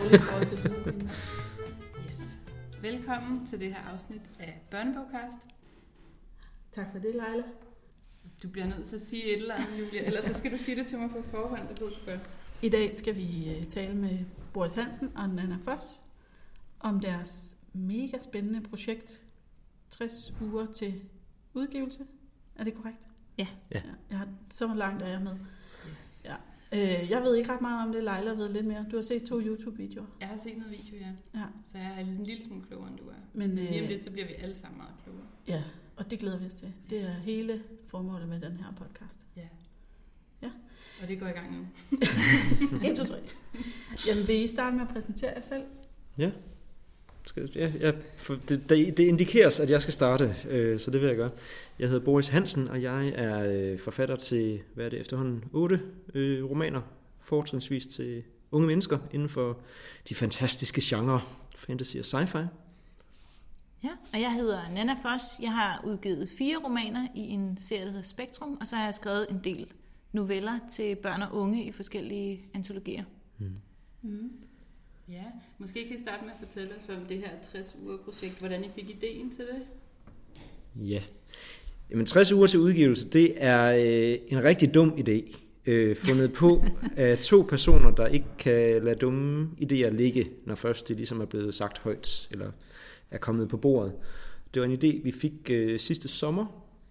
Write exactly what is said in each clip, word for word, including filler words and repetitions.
dårlige forhold til det. Yes. Velkommen til det her afsnit af Børnebogcast. Tak for det, Leila. Du bliver nødt til at sige et eller andet, Julia, ellers så skal du sige det til mig på forhånd, det ved du godt. I dag skal vi tale med Boris Hansen og Nanna Foss om deres mega spændende projekt, tres uger til udgivelse. Er det korrekt? Ja. ja. Jeg har, så langt er jeg med. Yes. Ja. Øh, jeg ved ikke ret meget om det, Leila ved lidt mere. Du har set to YouTube-videoer. Jeg har set noget video, ja. ja. Så jeg er en lille smule klogere, end du er. Men, Men lige om øh, lidt, så bliver vi alle sammen meget klogere. Ja, og det glæder vi os til. Det er hele formålet med den her podcast. Ja. Ja. Og det går i gang nu. et, to, tre. Jamen, vil I starte med at præsentere jer selv? Ja. Skal, ja, ja for det, det, det indikeres, at jeg skal starte, øh, så det vil jeg gøre. Jeg hedder Boris Hansen, og jeg er øh, forfatter til, hvad er det efterhånden, otte øh, romaner, fortrinsvis til unge mennesker inden for de fantastiske genrer, fantasy og sci-fi. Ja, og jeg hedder Nanna Foss. Jeg har udgivet fire romaner i en serie, der hedder Spektrum, og så har jeg skrevet en del noveller til børn og unge i forskellige antologier. Mm. Mm. Ja, måske kan I starte med at fortælle os om det her tres uger projekt, hvordan I fik ideen til det? Ja, jamen tres uger til udgivelse, det er øh, en rigtig dum idé, øh, fundet på af to personer, der ikke kan lade dumme idéer ligge, når først det ligesom er blevet sagt højt, eller er kommet på bordet. Det var en idé, vi fik øh, sidste sommer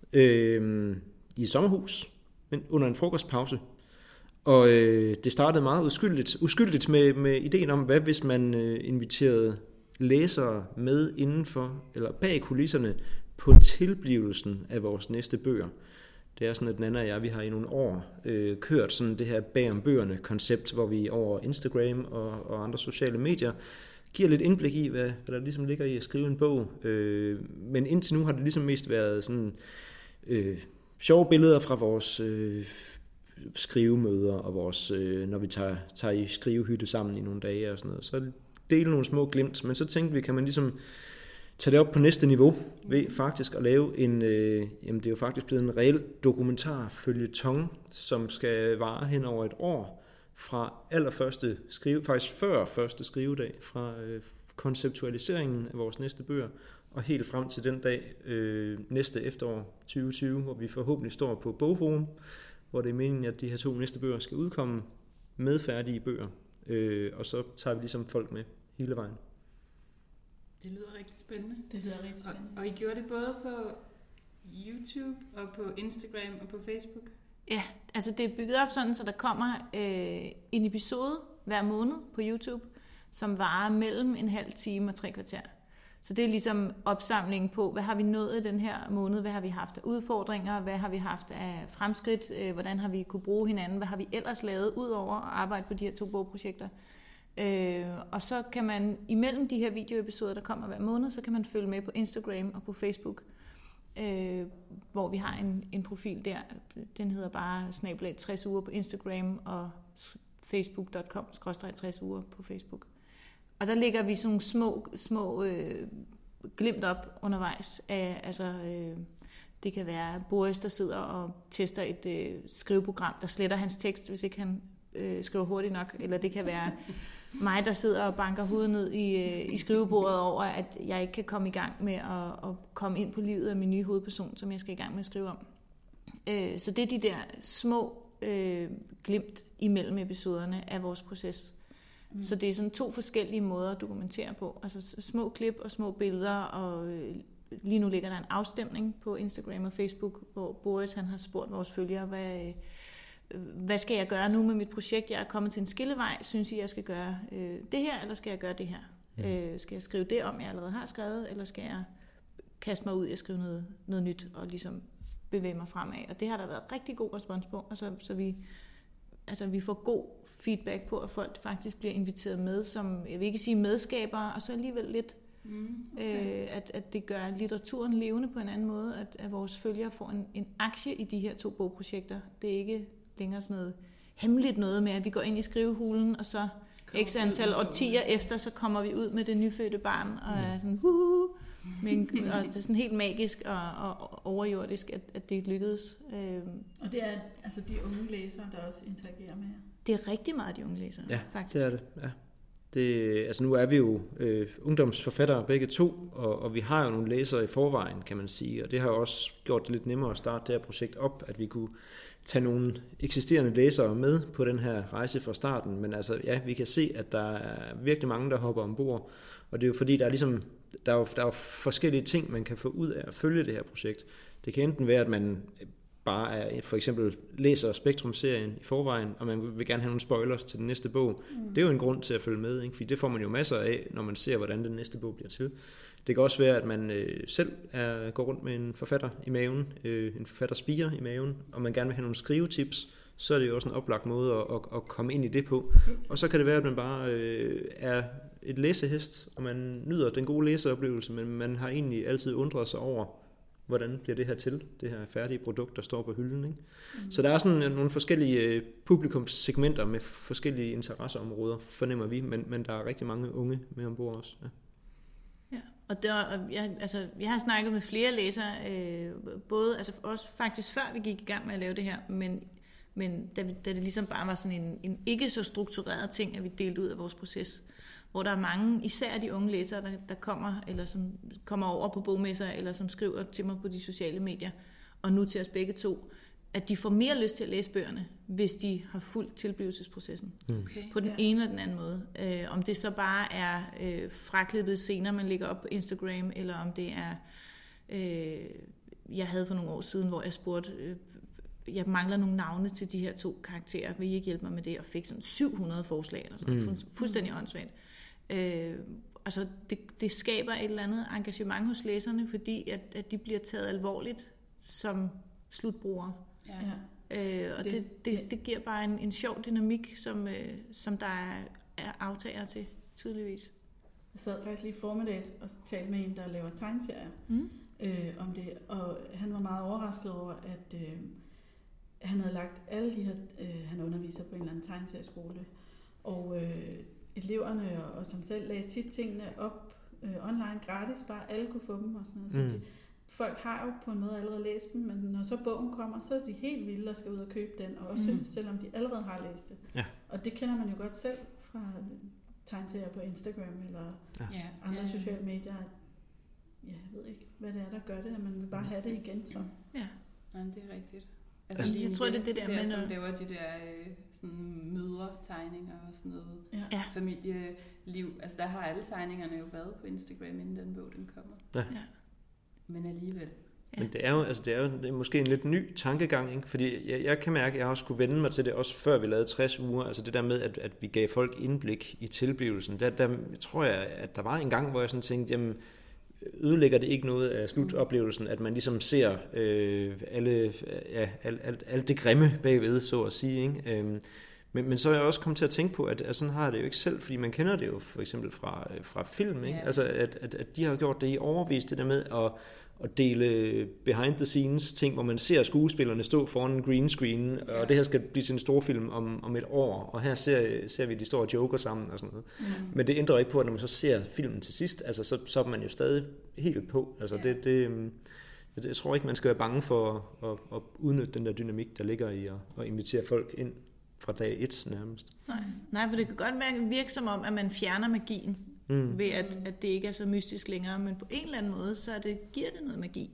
øh, i et sommerhus, men under en frokostpause. Og øh, det startede meget uskyldigt, uskyldigt med, med ideen om, hvad hvis man øh, inviterede læsere med indenfor, eller bag kulisserne, på tilblivelsen af vores næste bøger. Det er sådan, at Nanna og jeg, vi har i nogle år øh, kørt sådan det her bag om bøgerne koncept, hvor vi over Instagram og, og andre sociale medier giver lidt indblik i, hvad, hvad der ligesom ligger i at skrive en bog. Øh, men indtil nu har det ligesom mest været sådan øh, sjove billeder fra vores øh, skrivemøder, og vores, øh, når vi tager, tager i skrivehytte sammen i nogle dage og sådan noget. Så dele nogle små glimt, men så tænkte vi, kan man ligesom tage det op på næste niveau ved faktisk at lave en, øh, jamen det er jo faktisk blevet en reel dokumentarføljeton, som skal vare hen over et år, fra allerførste skrive, faktisk før første skrivedag, fra øh, konceptualiseringen af vores næste bøger, og helt frem til den dag øh, næste efterår tyve tyve, hvor vi forhåbentlig står på Bogforum, hvor det er meningen, at de her to næste bøger skal udkomme med færdige bøger, øh, og så tager vi ligesom folk med hele vejen. Det lyder rigtig spændende. Det lyder rigtig spændende. Og, og I gjorde det både på YouTube og på Instagram og på Facebook? Ja, altså det er bygget op sådan, så der kommer øh, en episode hver måned på YouTube, som varer mellem en halv time og tre kvarter. Så det er ligesom opsamlingen på, hvad har vi nået i den her måned, hvad har vi haft af udfordringer, hvad har vi haft af fremskridt, øh, hvordan har vi kunne bruge hinanden, hvad har vi ellers lavet ud over at arbejde på de her to bogprojekter. Øh, og så kan man imellem de her videoepisoder, der kommer hver måned, så kan man følge med på Instagram og på Facebook, øh, hvor vi har en, en profil der. Den hedder bare snabel-a tres uger på Instagram og facebook punktum com skråstreg tres uger på Facebook. Og der lægger vi sådan nogle små, små øh, glimt op undervejs af, altså øh, det kan være Boris, der sidder og tester et øh, skriveprogram, der sletter hans tekst, hvis ikke han øh, skriver hurtigt nok, eller det kan være mig, der sidder og banker hovedet ned i, øh, i skrivebordet over, at jeg ikke kan komme i gang med at, at komme ind på livet af min nye hovedperson, som jeg skal i gang med at skrive om. Øh, så det er de der små øh, glimt imellem episoderne af vores proces. Mm. Så det er sådan to forskellige måder at dokumentere på. Altså små klip og små billeder, og øh, lige nu ligger der en afstemning på Instagram og Facebook, hvor Boris han har spurgt vores følgere, hvad, øh, hvad skal jeg gøre nu med mit projekt? Jeg er kommet til en skillevej. Synes I, jeg skal gøre øh, det her, eller skal jeg gøre det her? Mm. Øh, skal jeg skrive det om, jeg allerede har skrevet, eller skal jeg kaste mig ud i at skrive noget, noget nyt og ligesom bevæge mig fremad? Og det har der været rigtig god respons på, og så, så vi, altså, vi får god feedback på, at folk faktisk bliver inviteret med som, jeg vil ikke sige medskabere, og så alligevel lidt, mm, okay. øh, at, at det gør litteraturen levende på en anden måde, at, at vores følgere får en, en aktie i de her to bogprojekter. Det er ikke længere sådan noget hemmeligt noget med, at vi går ind i skrivehulen, og så x antal årtier efter, så kommer vi ud med det nyfødte barn, og er sådan, huhu, men, og det er sådan helt magisk og, og overjordisk, at, at det lykkedes. Og det er altså de unge læsere, der også interagerer med jer? Det er rigtig meget de unge læsere, ja, faktisk. det er det, ja. Det, altså nu er vi jo øh, ungdomsforfattere begge to, og, og vi har jo nogle læsere i forvejen, kan man sige, og det har jo også gjort det lidt nemmere at starte det her projekt op, at vi kunne tage nogle eksisterende læsere med på den her rejse fra starten, men altså ja, vi kan se, at der er virkelig mange, der hopper ombord, og det er jo fordi, der er ligesom, der er jo, der er jo forskellige ting, man kan få ud af at følge det her projekt. Det kan enten være, at man bare er, for eksempel læser Spektrum-serien i forvejen, og man vil gerne have nogle spoilers til den næste bog. Mm. Det er jo en grund til at følge med, ikke? Fordi det får man jo masser af, når man ser, hvordan den næste bog bliver til. Det kan også være, at man øh, selv er, går rundt med en forfatter i maven, øh, en forfatterspire i maven, og man gerne vil have nogle skrivetips, så er det jo også en oplagt måde at, at, at komme ind i det på. Og så kan det være, at man bare øh, er et læsehest, og man nyder den gode læseoplevelse, men man har egentlig altid undret sig over, hvordan bliver det her til, det her færdige produkt, der står på hylden. Ikke? Mm. Så der er sådan nogle forskellige publikumssegmenter med forskellige interesseområder, fornemmer vi, men, men der er rigtig mange unge med ombord også. Ja. Ja, og, der, og jeg, altså, jeg har snakket med flere læsere, øh, både altså også faktisk før vi gik i gang med at lave det her, men, men da, vi, da det ligesom bare var sådan en, en ikke så struktureret ting, at vi delte ud af vores proces, hvor der er mange, især de unge læsere, der, der kommer, eller som kommer over på bogmesser, eller som skriver til mig på de sociale medier, og nu til os begge to, at de får mere lyst til at læse bøgerne, hvis de har fulgt tilblivelsesprocessen. Okay. På den ja. ene eller den anden måde. Øh, om det så bare er øh, fraklippede scener, man lægger op på Instagram, eller om det er... Øh, jeg havde for nogle år siden, hvor jeg spurgte... Øh, jeg mangler nogle navne til de her to karakterer. Vil I ikke hjælpe mig med det? Og fik sådan syv hundrede forslag, eller sådan mm. fuldstændig åndssvagt. Øh, altså det, det skaber et eller andet engagement hos læserne, fordi at, at de bliver taget alvorligt som slutbrugere. Ja. Øh, og det, det, det giver bare en, en sjov dynamik, som, øh, som der er, er aftager til, tydeligvis. Jeg sad faktisk lige formiddags og talte med en, der laver tegneserier mm. øh, om det, og han var meget overrasket over, at øh, han havde lagt alle de her, øh, han underviser på en eller anden tegneserieskole, og øh, eleverne og, og som selv lagde tit tingene op øh, online gratis, bare alle kunne få dem og sådan noget. Mm. Så de, folk har jo på en måde allerede læst dem, men når så bogen kommer, så er de helt vilde og skal ud og købe den, og også mm. selvom de allerede har læst det. Ja. Og det kender man jo godt selv fra tegneserier på Instagram eller ja. andre ja. sociale medier. Ja, jeg ved ikke, hvad det er, der gør det, at man vil bare have det igen. Så. Ja, nej, det er rigtigt. Altså, jeg tror, det er det der, der med, som laver de der øh, sådan mødretegninger og sådan noget ja. familieliv. Altså, der har alle tegningerne jo været på Instagram, inden den bog, den kommer. Ja. Ja. Men alligevel. Ja. Men det er jo, altså det er jo det er måske en lidt ny tankegang, ikke? Fordi jeg, jeg kan mærke, at jeg også skulle vende mig til det, også før vi lavede tres uger, altså det der med, at, at vi gav folk indblik i tilblivelsen. Der, der tror jeg, at der var en gang, hvor jeg sådan tænkte, jamen, ødelægger det ikke noget af slutoplevelsen, at man ligesom ser øh, alle, ja, alt, alt, alt det grimme bagved, så at sige, ikke? Øhm, men, men så er jeg også kommet til at tænke på, at, at sådan har det jo ikke selv, fordi man kender det jo for eksempel fra, fra film, ikke? Ja. Altså at, at, at de har gjort det i overvis, det der med at, at dele behind the scenes ting, hvor man ser skuespillerne stå foran en green screen, ja. Og det her skal blive til en stor film om, om et år, og her ser, ser vi, at de står og joker sammen og sådan noget. Mm. Men det ændrer ikke på, at når man så ser filmen til sidst, altså så, så er man jo stadig helt på. Altså ja. det, det, jeg tror ikke, man skal være bange for at, at, at udnytte den der dynamik, der ligger i at, at invitere folk ind fra dag et nærmest. Nej. Nej, for det kan godt være virke som om, at man fjerner magien, mm. ved at, at det ikke er så mystisk længere, men på en eller anden måde, så det, giver det noget magi.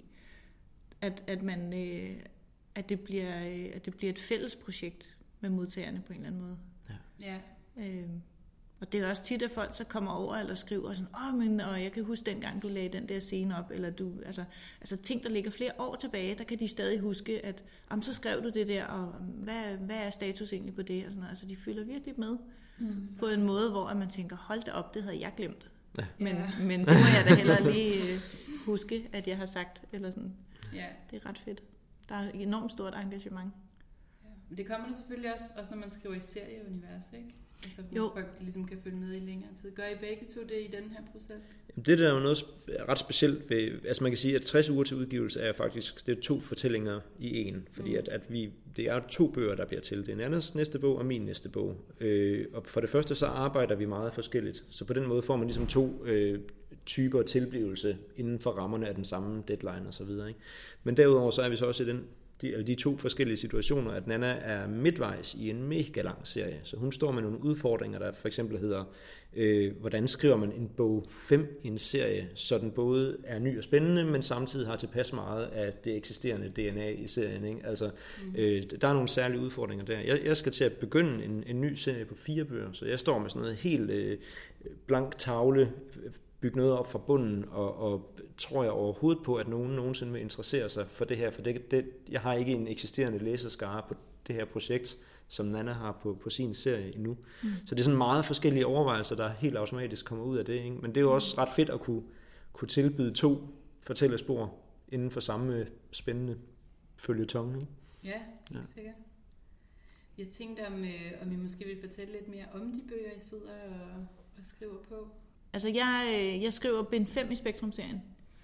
At, at, man, øh, at, det bliver, øh, at det bliver et fælles projekt med modtagerne på en eller anden måde. Ja. Ja. Øh, og det er også tit, at folk så kommer over eller skriver sådan, åh, men og jeg kan huske dengang, du lagde den der scene op, eller du, altså, altså ting, der ligger flere år tilbage, der kan de stadig huske, at om så skrev du det der, og hvad, hvad er status egentlig på det, og sådan noget. Altså de følger virkelig med mm. på en måde, hvor man tænker, hold da op, det havde jeg glemt. Ja. Men, ja. men det må jeg da heller lige huske, at jeg har sagt, eller sådan. Ja. Det er ret fedt. Der er et enormt stort engagement. Ja. Men det kommer der selvfølgelig også, også, når man skriver i serieunivers, ikke? Altså hvor folk de ligesom kan følge med i længere tid. Gør I begge to det i den her proces? Det der er jo noget ret specielt ved, altså man kan sige, at tres uger til udgivelse er faktisk, det er to fortællinger i en, fordi mm. at, at vi, det er to bøger, der bliver til. Det er en andens næste bog og min næste bog. Øh, og for det første så arbejder vi meget forskelligt, så på den måde får man ligesom to øh, typer tilblivelse inden for rammerne af den samme deadline og så videre, ikke? Men derudover så er vi så også i den de, eller de to forskellige situationer, at Nanna er midtvejs i en mega lang serie. Så hun står med nogle udfordringer, der for eksempel hedder, øh, hvordan skriver man en bog fem i en serie, så den både er ny og spændende, men samtidig har tilpas meget af det eksisterende D N A i serien. Ikke? Altså, mm. øh, der er nogle særlige udfordringer der. Jeg, jeg skal til at begynde en, en ny serie på fire bøger, så jeg står med sådan noget helt øh, blank tavle, bygge noget op fra bunden, og, og tror jeg overhovedet på, at nogen nogensinde vil interessere sig for det her, for det, det, jeg har ikke en eksisterende læserskare på det her projekt, som Nanna har på, på sin serie endnu. Mm. Så det er sådan meget forskellige overvejelser, der helt automatisk kommer ud af det. Ikke? Men det er jo også ret fedt at kunne, kunne tilbyde to fortællerspor inden for samme spændende føljeton. Ikke? Ja, helt ja. sikkert. Jeg tænkte, om, øh, om I måske vil fortælle lidt mere om de bøger, I sidder og, og skriver på. Altså, jeg, jeg skriver bind fem i Spektrum-serien.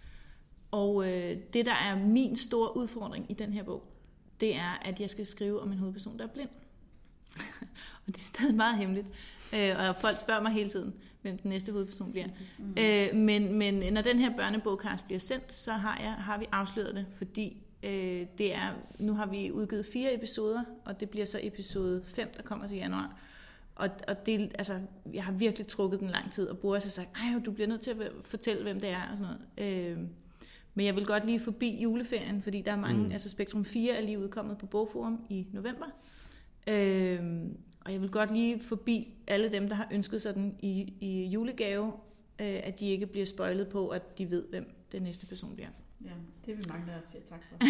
Og øh, det, der er min store udfordring i den her bog, det er, at jeg skal skrive om en hovedperson, der er blind. Og det er stadig meget hemmeligt. Øh, og folk spørger mig hele tiden, hvem den næste hovedperson bliver. Mm-hmm. Øh, men, men når den her børnebogcast bliver sendt, så har, jeg, har vi afsløret det, fordi øh, det er, nu har vi udgivet fire episoder, og det bliver så episode fem, der kommer til januar. Og, og det, altså, jeg har virkelig trukket den lang tid, og Boris har sagt, ej, du bliver nødt til at fortælle, hvem det er, og sådan noget. Øh, men jeg vil godt lige forbi juleferien, fordi der er mange, mm. altså Spektrum fire er lige udkommet på Bogforum i november. Øh, og jeg vil godt lige forbi alle dem, der har ønsket sig den i, i julegave, øh, at de ikke bliver spoilet på, at de ved, hvem den næste person bliver. Ja, det er vi mange, der siger tak for.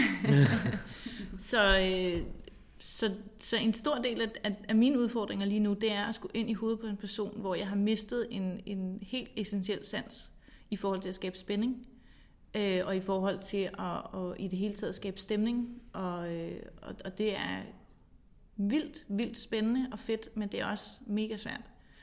så... Øh, Så, så en stor del af, af, af mine udfordringer lige nu, det er at skulle ind i hovedet på en person, hvor jeg har mistet en, en helt essentiel sans i forhold til at skabe spænding, øh, og i forhold til at, at i det hele taget skabe stemning, og, øh, og, og det er vildt, vildt spændende og fedt, men det er også mega svært.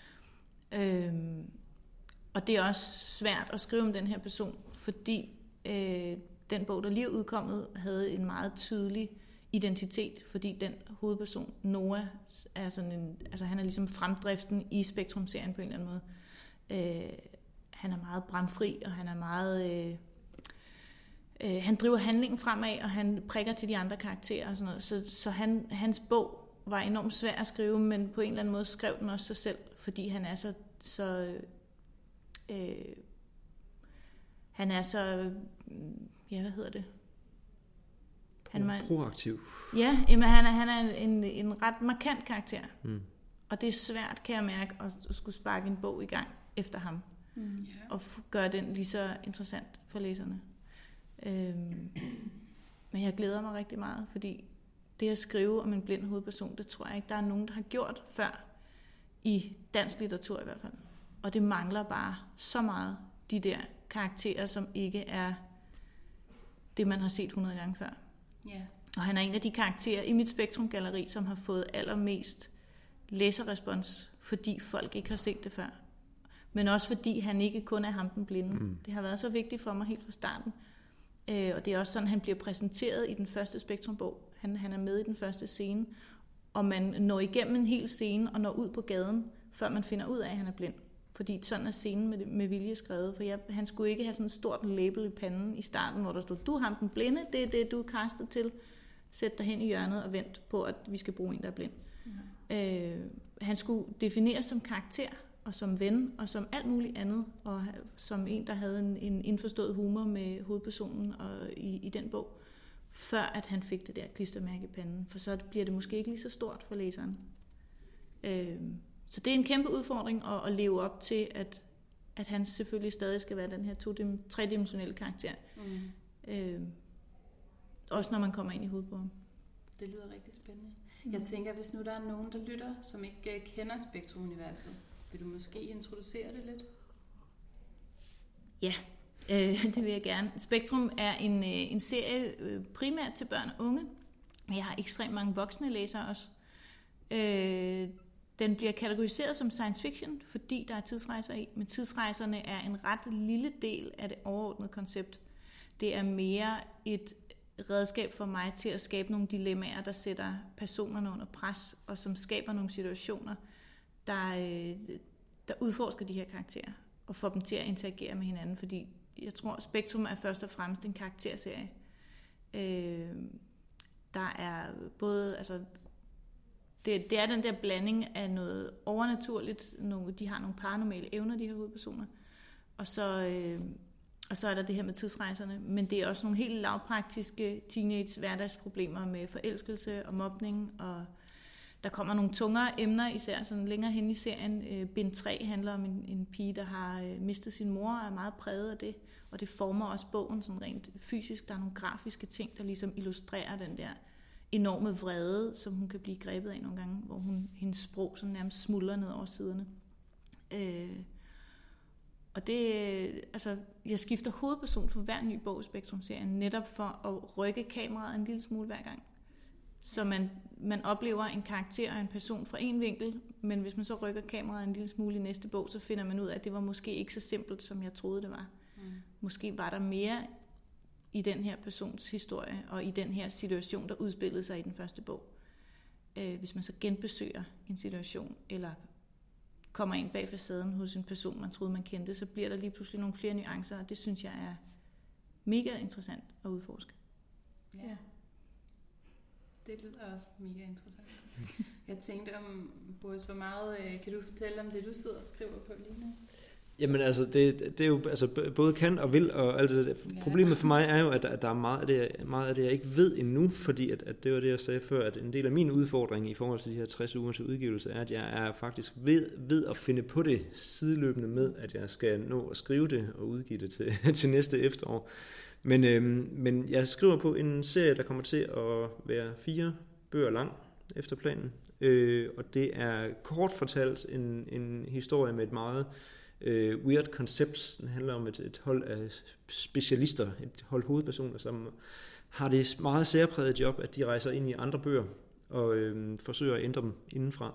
Øh, og det er også svært at skrive om den her person, fordi øh, den bog, der lige er udkommet, havde en meget tydelig identitet, fordi den hovedperson, Noah, er sådan en, altså han er ligesom fremdriften i Spektrum-serien på en eller anden måde. Øh, han er meget bramfri, og han er meget... Øh, øh, han driver handlingen fremad, og han prikker til de andre karakterer og sådan noget. Så, så han, hans bog var enormt svær at skrive, men på en eller anden måde skrev den også sig selv, fordi han er så... så øh, han er så... Ja, hvad hedder det? Han var proaktiv. Ja, jamen, han er, han er en, en ret markant karakter. Mm. Og det er svært, kan jeg mærke, at, at skulle sparke en bog i gang efter ham. Mm. Yeah. Og f- gøre den lige så interessant for læserne. Øhm, men jeg glæder mig rigtig meget, fordi det at skrive om en blind hovedperson, det tror jeg ikke, der er nogen, der har gjort før. I dansk litteratur i hvert fald. Og det mangler bare så meget, de der karakterer, som ikke er det, man har set hundrede gange før. Yeah. Og han er en af de karakterer i mit Spektrum-galleri, som har fået allermest læserrespons, fordi folk ikke har set det før. Men også fordi han ikke kun er ham den blinde. Mm. Det har været så vigtigt for mig helt fra starten. Øh, og det er også sådan, han bliver præsenteret i den første Spektrum-bog. Han, han er med i den første scene, og man når igennem en hel scene og når ud på gaden, før man finder ud af, at han er blind. Fordi sådan er scenen med, med vilje skrevet. For jeg, han skulle ikke have sådan et stort label i panden i starten, hvor der stod, du er ham den blinde, det er det, du er castet til. Sæt dig hen i hjørnet og vent på, at vi skal bruge en, der er blind. Ja. Øh, han skulle defineres som karakter, og som ven, og som alt muligt andet. Og som en, der havde en, en indforstået humor med hovedpersonen og i, i den bog. Før at han fik det der klistermærke i panden. For så bliver det måske ikke lige så stort for læseren. Øh, Så det er en kæmpe udfordring at, at leve op til, at, at han selvfølgelig stadig skal være den her to- tredimensionelle karakter. Mm. Øh, også når man kommer ind i hovedet på ham. Det lyder rigtig spændende. Mm. Jeg tænker, hvis nu der er nogen, der lytter, som ikke kender Spektrum-universet, vil du måske introducere det lidt? Ja, øh, det vil jeg gerne. Spektrum er en, en serie øh, primært til børn og unge. Men jeg har ekstremt mange voksne læsere også. Øh, Den bliver kategoriseret som science fiction, fordi der er tidsrejser i, men tidsrejserne er en ret lille del af det overordnede koncept. Det er mere et redskab for mig til at skabe nogle dilemmaer, der sætter personerne under pres, og som skaber nogle situationer, der, der udforsker de her karakterer, og får dem til at interagere med hinanden, fordi jeg tror, Spektrum er først og fremmest en karakterserie. der er både, altså, det, det er den der blanding af noget overnaturligt, nogle, de har nogle paranormale evner, de her hovedpersoner, og så, øh, og så er der det her med tidsrejserne, men det er også nogle helt lavpraktiske teenage hverdagsproblemer med forelskelse og mobning, og der kommer nogle tungere emner, især sådan længere hen i serien. Bind tre handler om en, en pige, der har mistet sin mor og er meget præget af det, og det former også bogen sådan rent fysisk. Der er nogle grafiske ting, der ligesom illustrerer den der enorme vrede, som hun kan blive grebet af nogle gange, hvor hun, hendes sprog sådan nærmest smuldrer ned over siderne. Øh, og det, altså, jeg skifter hovedperson for hver ny bog i Spektrum-serien, netop for at rykke kameraet en lille smule hver gang. Så man, man oplever en karakter og en person fra en vinkel, men hvis man så rykker kameraet en lille smule i næste bog, så finder man ud af, at det var måske ikke så simpelt, som jeg troede, det var. Mm. Måske var der mere i den her persons historie, og i den her situation, der udspillede sig i den første bog. Øh, hvis man så genbesøger en situation, eller kommer ind bag facaden hos en person, man troede, man kendte, så bliver der lige pludselig nogle flere nuancer, og det synes jeg er mega interessant at udforske. Ja. Det lyder også mega interessant. Jeg tænkte om, Boris, hvor meget kan du fortælle om det, du sidder og skriver på lige nu? Jamen altså, det, det er jo altså, både kan og vil, og alt det der. Problemet for mig er jo, at der, at der er meget af, det, meget af det, jeg ikke ved endnu, fordi at, at det var det, jeg sagde før, at en del af min udfordring i forhold til de her tres uger til udgivelse, er, at jeg er faktisk ved, ved at finde på det sideløbende med, at jeg skal nå at skrive det og udgive det til, til næste efterår. Men, øhm, men jeg skriver på en serie, der kommer til at være fire bøger lang efter planen. Øh, og det er kort fortalt en, en historie med et meget øh, weird koncept. Den handler om et, et hold af specialister, et hold hovedpersoner, som har det meget særpræget job, at de rejser ind i andre bøger og øh, forsøger at ændre dem indenfra.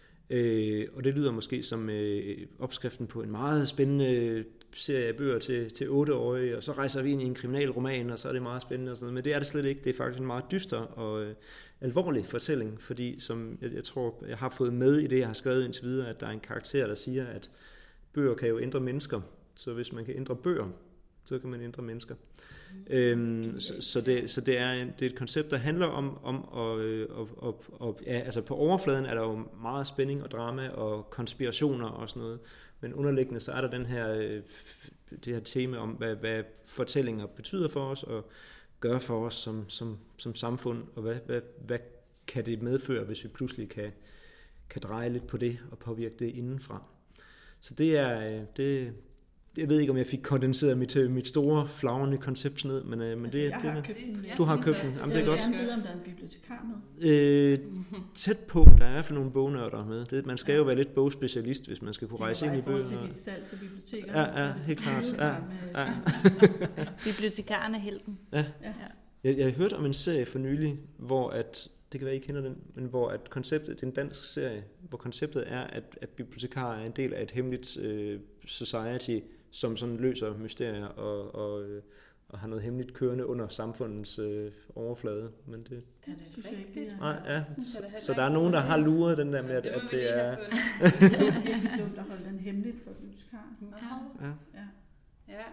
Øh, og det lyder måske som øh, opskriften på en meget spændende serie af bøger til, til otteårige, og så rejser vi ind i en kriminalroman, og så er det meget spændende og sådan noget. Men det er det slet ikke. Det er faktisk en meget dyster og øh, alvorlig fortælling, fordi som jeg, jeg tror, jeg har fået med i det, jeg har skrevet indtil videre, at der er en karakter, der siger, at bøger kan jo ændre mennesker. Så hvis man kan ændre bøger, så kan man ændre mennesker. Mm. Øhm, så, så, det, så det, er en, det er et koncept, der handler om, om at, øh, og, og, og, ja, altså på overfladen er der jo meget spænding og drama og konspirationer og sådan noget, men underliggende så er der den her, øh, det her tema om, hvad, hvad fortællinger betyder for os og gør for os som, som, som samfund, og hvad, hvad, hvad kan det medføre, hvis vi pludselig kan, kan dreje lidt på det og påvirke det indenfra. Så det er... Det, jeg ved ikke, om jeg fik kondenseret mit, mit store, flagrende koncept ned, men, men altså, det, jeg det, har det købt den. Du har købt den. Jamen, det er godt. Jeg vil gerne vide, om der er en bibliotekar med. Øh, tæt på. Der er i hvert fald nogle bognørder med. Det, man skal jo være lidt bogspecialist, hvis man skal kunne rejse ind i bøger. Det er bare i forhold til dit salg til biblioteker. Ja, ja, helt klart. Ja, ja. Bibliotekaren er helten. Ja. ja. Jeg, jeg har hørt om en serie for nylig, hvor at, det kan være, I kender den, men hvor at konceptet, det er en dansk serie, hvor konceptet er, at, at bibliotekarer er en del af et hemmeligt øh, society, som sådan løser mysterier og, og, og har noget hemmeligt kørende under samfundets øh, overflade. Men det, det er det synes rigtigt. Jeg ikke. Nej, ja. Så, så der er nogen, der har luret den der med, at, det, at det er... Det er virkelig dumt at holde den hemmeligt for bibliotekarer. Ja. Ja. Ja.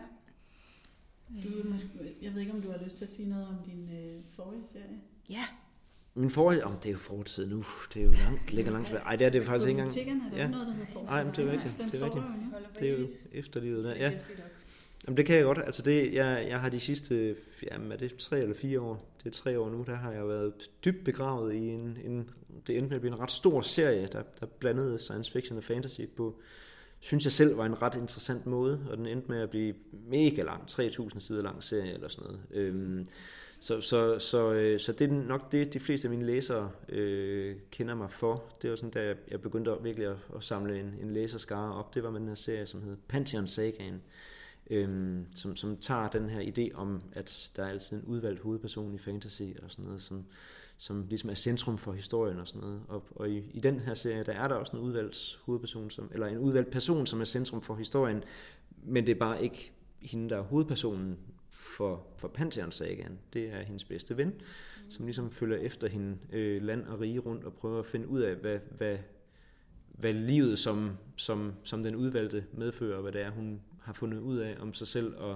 Du, måske, jeg ved ikke, om du har lyst til at sige noget om din øh, forrige serie? Ja. Min forrige, om det er jo fortid nu, det er jo langt, ligger langt tilbage. Ej, det er det faktisk ikke engang. Er der ja. noget, der hedder fortid? Nej, men det er rigtigt. Den det er rigtigt. Det er jo efterlivet der. Ja. Jamen, det kan jeg godt. Altså det, jeg, jeg har de sidste, jamen er det tre eller fire år, det er tre år nu, der har jeg været dybt begravet i en, en det endte med at blive en ret stor serie, der, der blandede science fiction og fantasy på, synes jeg selv var en ret interessant måde, og den endte med at blive mega lang, tre tusind sider lang serie eller sådan noget. Øhm, så, så, så, så det er nok det, de fleste af mine læsere øh, kender mig for. Det var sådan, da jeg begyndte at, virkelig at, at samle en, en læserskare op. Det var med den her serie, som hed Pantheon Sagaen, øhm, som, som tager den her idé om, at der er altid en udvalgt hovedperson i fantasy og sådan noget, som, som ligesom er centrum for historien og sådan noget. Og, og i, i den her serie, der er der også en udvalgt hovedperson, som, eller en udvalgt person, som er centrum for historien, men det er bare ikke hende, der er hovedpersonen for, for Pantheon Sagaen. Det er hendes bedste ven, mm. som ligesom følger efter hende øh, land og rige rundt og prøver at finde ud af, hvad, hvad, hvad livet som, som, som den udvalgte medfører, og hvad det er, hun har fundet ud af om sig selv, og,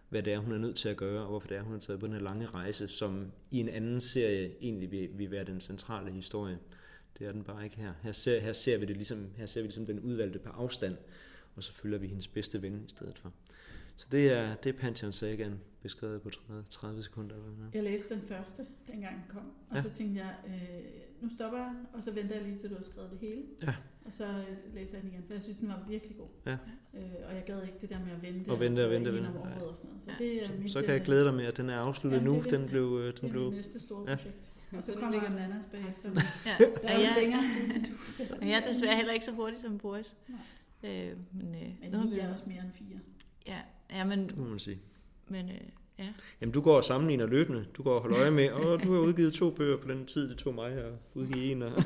hvad det er, hun er nødt til at gøre, og hvorfor det er, hun har taget på den her lange rejse, som i en anden serie egentlig vil, vil være den centrale historie. Det er den bare ikke her. Her ser, her ser vi det ligesom, her ser vi ligesom den udvalgte på afstand, og så følger vi hendes bedste ven i stedet for. Så det er, det er Pantheon Sagaen, beskrevet på tredive sekunder. Jeg læste den første, dengang den kom, og ja. så tænkte jeg, øh, nu stopper jeg, og så venter jeg lige til du har skrevet det hele. Ja. Og så øh, læser jeg den igen, for jeg synes, den var virkelig god. Ja. Øh, og jeg gad ikke det der med at vente. Og vente og vente og vente. Og sådan noget. Så, ja. det er så, mit, så kan jeg glæde dig med, at den er afsluttet ja, nu. Det, den blev, det den er blev, det næste store ja. projekt. Og så kommer der en anden bagefter. Ja. Der er ja. længere tid til du. Og jeg er desværre heller ikke så hurtigt som Boris. Øh, men øh, men ni er også mere end fire. Ja, ja men... Det må man sige. Men øh, ja. Jamen du går og sammenligner løbende. Du går og holder øje med, og du har udgivet to bøger på den tid, det tog mig at udgive en. Og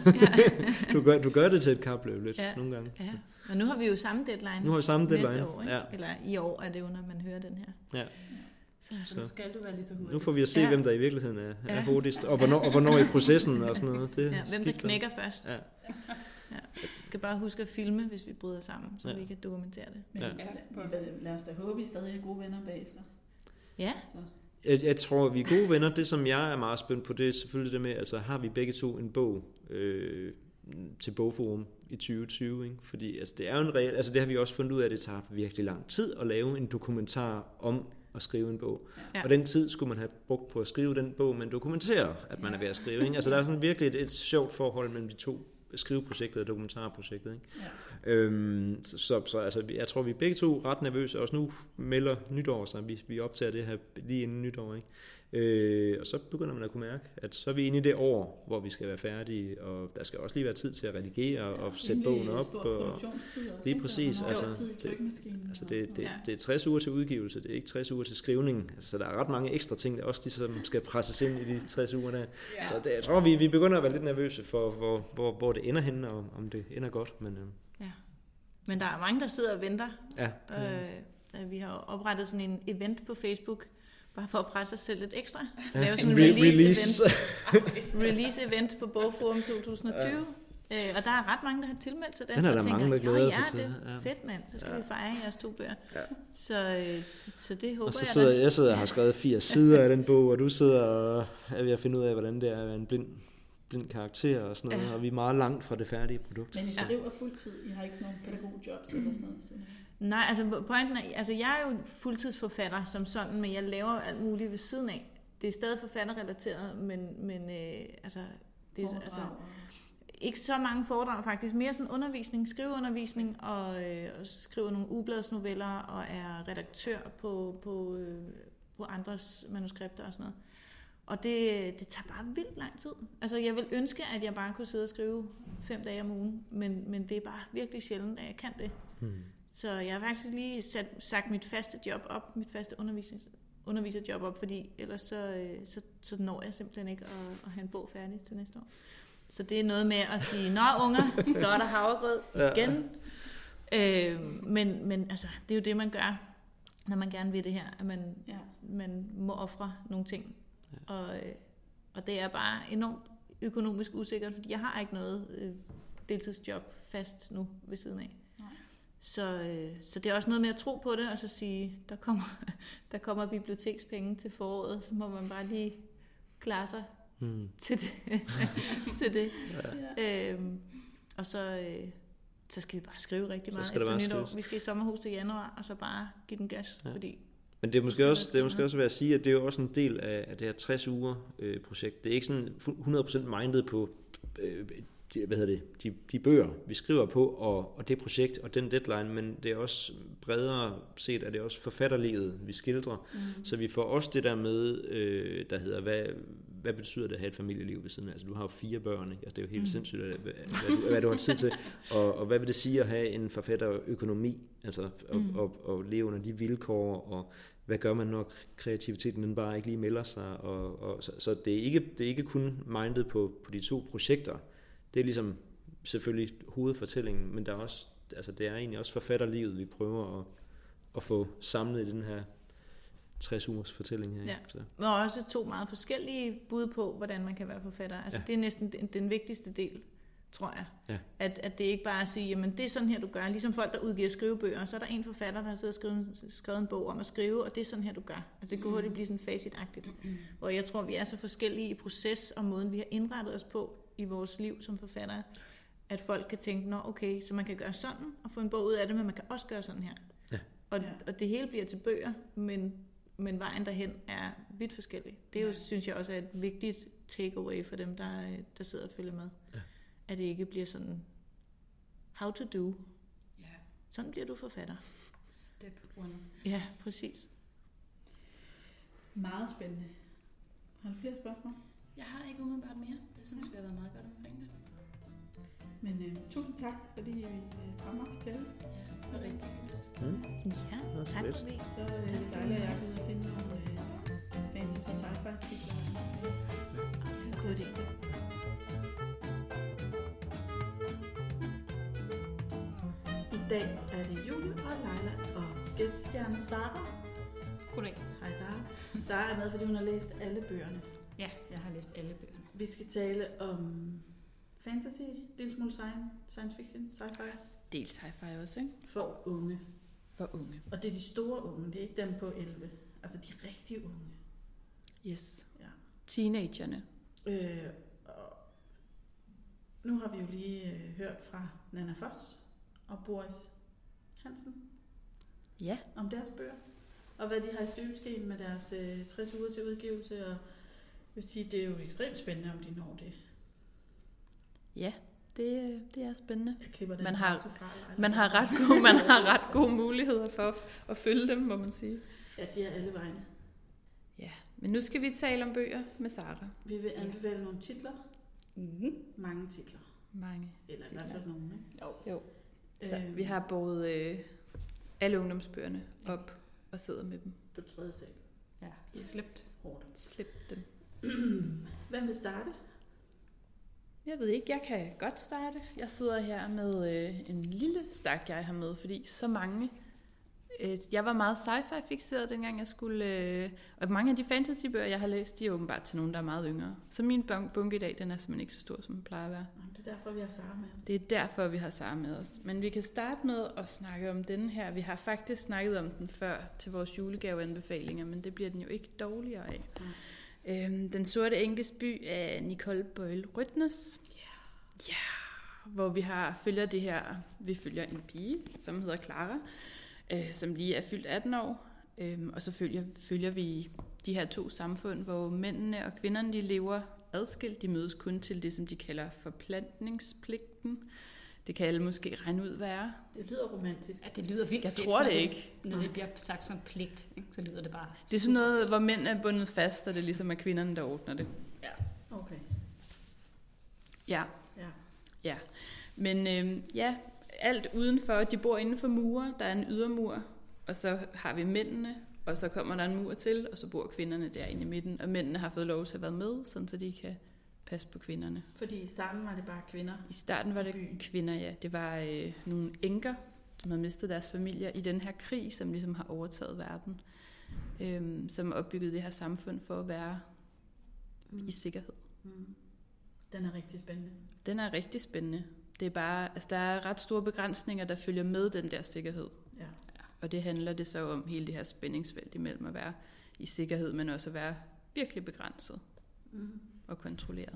du, gør, du gør det til et kapløb lidt ja. nogle gange. Ja. Og nu har vi jo samme deadline. Nu har vi samme deadline. Næste år, ikke? Ja. Eller i år er det jo, når man hører den her. Ja. Så, så nu skal du være lige så hurtig. Nu får vi at se, ja. hvem der i virkeligheden er, er ja. hurtigst, og hvornår, og hvornår i processen og sådan noget. Det ja, hvem der knækker først. Ja. Ja. Vi skal bare huske at filme, hvis vi bryder sammen, så ja. vi kan dokumentere det. Men ja. lad, lad os da håbe, I stadig er gode venner bagefter. Ja. Så. Jeg, jeg tror, vi er gode venner. Det, som jeg er meget spændt på, det er selvfølgelig det med, altså har vi begge to en bog øh, til Bogforum i tyve tyve, ikke? Fordi altså, det er jo en reel, altså det har vi også fundet ud af, at det tager virkelig lang tid at lave en dokumentar om at skrive en bog. Ja. Og den tid skulle man have brugt på at skrive den bog, men dokumentere, at man er ved at skrive. Ikke? Altså der er sådan virkelig et, et sjovt forhold mellem de to, skriveprojektet og dokumentarprojektet. Ikke? Ja. Øhm, så så, så altså, jeg tror, vi er begge to ret nervøse. Også nu melder nytår, så vi, vi optager det her lige inden nytår. Ikke? Øh, og så begynder man at kunne mærke, at så er vi inde i det år, hvor vi skal være færdige, og der skal også lige være tid til at redigere ja, og sætte bogen op. Og lige præcis. Altså, det, altså det, det, det er tres uger til udgivelse, det er ikke tres uger til skrivning. Så der er ret mange ekstra ting, der også de, som skal presses ind i de tres uger der. Ja. Så det, jeg tror, vi, vi begynder at være lidt nervøse for, hvor, hvor, hvor det ender henne, og om det ender godt. Men, øh. ja. Men der er mange, der sidder og venter. Ja. Øh, vi har oprettet sådan en event på Facebook, bare for at presse os selv lidt ekstra. Ja, lave sådan en re- release, release. event. release event på Bogforum to tusind og tyve. Ja. Øh, og der er ret mange, der har tilmeldt sig den. Den er der tænker, mange, der glæder sig ja, til. Det er fedt, mand. Så skal ja. vi fejre jeres to bøger. Ja. Så, øh, så det håber og så jeg sidder, da. jeg sidder og har skrevet firs sider af den bog, og du sidder og er ved at finde ud af, hvordan det er at være en blind, blind karakter og sådan noget. Ja. Og vi er meget langt fra det færdige produkt. Men I skriver fuldtid. I har ikke sådan nogle pædagogjobs eller sådan noget? Så. Nej, altså pointen er, altså jeg er jo fuldtidsforfatter som sådan, men jeg laver alt muligt ved siden af. Det er stadig forfatterrelateret, men, men øh, altså, det er altså, ikke så mange foredrag faktisk. Mere sådan undervisning, skriveundervisning, og, øh, og skriver nogle ubladsnoveller, og er redaktør på, på, øh, på andres manuskripter og sådan noget. Og det, det tager bare vildt lang tid. Altså jeg vil ønske, at jeg bare kunne sidde og skrive fem dage om ugen, men, men det er bare virkelig sjældent, at jeg kan det. Hmm. Så jeg har faktisk lige sat, sagt mit faste job op, mit faste undervisnings, underviserjob op, fordi ellers så, så, så når jeg simpelthen ikke at, at have en bog færdig til næste år. Så det er noget med at sige, nå unger, så er der havregrød igen. Ja. Øh, men, men altså, det er jo det, man gør, når man gerne vil det her, at man, ja. man må ofre nogle ting. Ja. Og, og det er bare enormt økonomisk usikkert, fordi jeg har ikke noget øh, deltidsjob fast nu ved siden af. Så, øh, så det er også noget med at tro på det, og så sige, der kommer, der kommer bibliotekspenge til foråret, så må man bare lige klare sig hmm. til det. til det. Ja. Øhm, og så, øh, så skal vi bare skrive rigtig meget efter nytår. Vi skal i sommerhus til januar, og så bare give den gas. Ja. Fordi men det er måske også, det er måske også ved at sige, at det er jo også en del af, af det her tres uger øh, projekt. Det er ikke sådan hundrede procent mindet på øh, de, hvad hedder det, de, de bøger, vi skriver på, og, og det projekt og den deadline, men det er også bredere set, at det er også forfatterlivet, vi skildrer. Mm. Så vi får også det der med, øh, der hedder, hvad, hvad betyder det at have et familieliv ved siden af? Altså, du har jo fire børn, ikke? Altså, det er jo helt mm. sindssygt, hvad, hvad, du, hvad du har tid til. Og, og hvad vil det sige at have en forfatterøkonomi? Altså, og, mm. og, og, og leve under de vilkår, og hvad gør man, når kreativiteten den bare ikke lige melder sig? Og, og, så så det, er ikke, det er ikke kun mindet på, på de to projekter. Det er ligesom selvfølgelig hovedfortællingen, men der er også, altså det er egentlig også forfatterlivet, vi prøver at, at få samlet i den her tres ugers fortælling her. Ja. Så. Og også to meget forskellige bud på, hvordan man kan være forfatter. Altså ja. Det er næsten den, den vigtigste del tror jeg. Ja. At, at det ikke bare er at sige, jamen det er sådan her, du gør. Ligesom folk, der udgiver skrivebøger, så er der en forfatter, der har siddet og skrevet, skrevet en bog om at skrive, og det er sådan her, du gør. Altså det kan hurtigt blive sådan facitagtigt. Mm. Hvor jeg tror, vi er så forskellige i proces og måden, vi har indrettet os på i vores liv som forfattere, at folk kan tænke, nå okay, så man kan gøre sådan og få en bog ud af det, men man kan også gøre sådan her. Ja. Og, og det hele bliver til bøger, men, men vejen derhen er vidt forskellig. Det er jo, ja. synes jeg også er et vigtigt takeaway for dem, der, der sidder og følger med. Ja. At det ikke bliver sådan, how to do. Ja. Sådan bliver du forfatter. Step one. Ja, præcis. Meget spændende. Har du flere spørgsmål? Jeg har ikke umiddelbart mere. Det synes vi har været meget godt omkring det. Men øh, tusind tak, fordi vi øh, kom og fortælle. Ja, det var rigtig godt. Mm. Ja, tak for det. Så er det dejligt, at jeg er ude og finde nogle øh, fantasy sci-fi artikler. Ja, god idé. I dag er det Julie og Leila og gæstestjernen Sara. Goddag. Hej Sara. Sara er med, fordi hun har læst alle bøgerne. Ja, jeg har læst alle bøgerne. Vi skal tale om fantasy, dels smule science fiction, sci-fi. Dels sci-fi også, ikke? For unge. For unge. Og det er de store unge, det er ikke dem på elleve. Altså de rigtige unge. Yes. Ja. Teenagerne. Øh, og nu har vi jo lige øh, hørt fra Nanna Foss og Boris Hansen. Ja. Om deres bøger. Og hvad de har i støbeskeen med deres øh, tres uger til udgivelse. Og jeg vil sige, det er jo ekstremt spændende, om de når det. Ja, det, det er spændende. Jeg klipper den man har, fra. Man har ret gode, man har ret gode muligheder for at, at følge dem, må man sige. Ja, de er alle vegne. Ja, men nu skal vi tale om bøger med Sara. Vi vil anbefale ja. nogle titler. Mm-hmm. Mange titler. Mange Eller titler. i hvert fald nogle, ikke? Jo. jo. Så øhm. vi har båret øh, alle ungdomsbøgerne op og sidder med dem. På tredje sal. Ja, slipt. Hårdt. Slip dem. Hvem vil starte? Jeg ved ikke, jeg kan godt starte. Jeg sidder her med øh, en lille stak, jeg har med, fordi så mange... Øh, jeg var meget sci-fi fikseret, dengang jeg skulle... Øh, og mange af de fantasybøger, jeg har læst, de er åbenbart til nogen, der er meget yngre. Så min bunke i dag, den er simpelthen ikke så stor, som den plejer at være. Det er derfor, vi har Sara med os. Det er derfor, vi har Sara med os. Men vi kan starte med at snakke om den her. Vi har faktisk snakket om den før til vores julegaveanbefalinger, men det bliver den jo ikke dårligere af. Mm. Øhm, Den sorte enkes by af Nicole Boyle Rødtnes. Ja. Yeah. Yeah. Hvor vi har følger det her, vi følger en pige, som hedder Clara, øh, som lige er fyldt atten år. Øhm, og så følger, følger vi de her to samfund, hvor mændene og kvinderne de lever adskilt. De mødes kun til det, som de kalder forplantningspligten. Det kan alle måske regne ud, hvad er. Det lyder romantisk. Ja, det lyder vildt. Jeg tror det ikke. Når det bliver sagt som pligt, ikke? Så lyder det bare. Det er sådan noget, hvor mænd er bundet fast, og det ligesom er kvinderne, der ordner det. Ja, okay. Ja. Ja. Ja. Men øh, ja, alt udenfor, de bor inden for mure. Der er en ydermur, og så har vi mændene, og så kommer der en mur til, og så bor kvinderne derinde i midten. Og mændene har fået lov til at være med, sådan så de kan passe på kvinderne. Fordi i starten var det bare kvinder? I starten var det kvinder, ja. Det var øh, nogle enker, som havde mistet deres familier i den her krig, som ligesom har overtaget verden. Øh, som opbyggede det her samfund for at være mm. i sikkerhed. Mm. Den er rigtig spændende. Den er rigtig spændende. Det er bare, altså der er ret store begrænsninger, der følger med den der sikkerhed. Ja. Ja, og det handler det så om hele det her spændingsfelt imellem at være i sikkerhed, men også at være virkelig begrænset mm. og kontrolleret.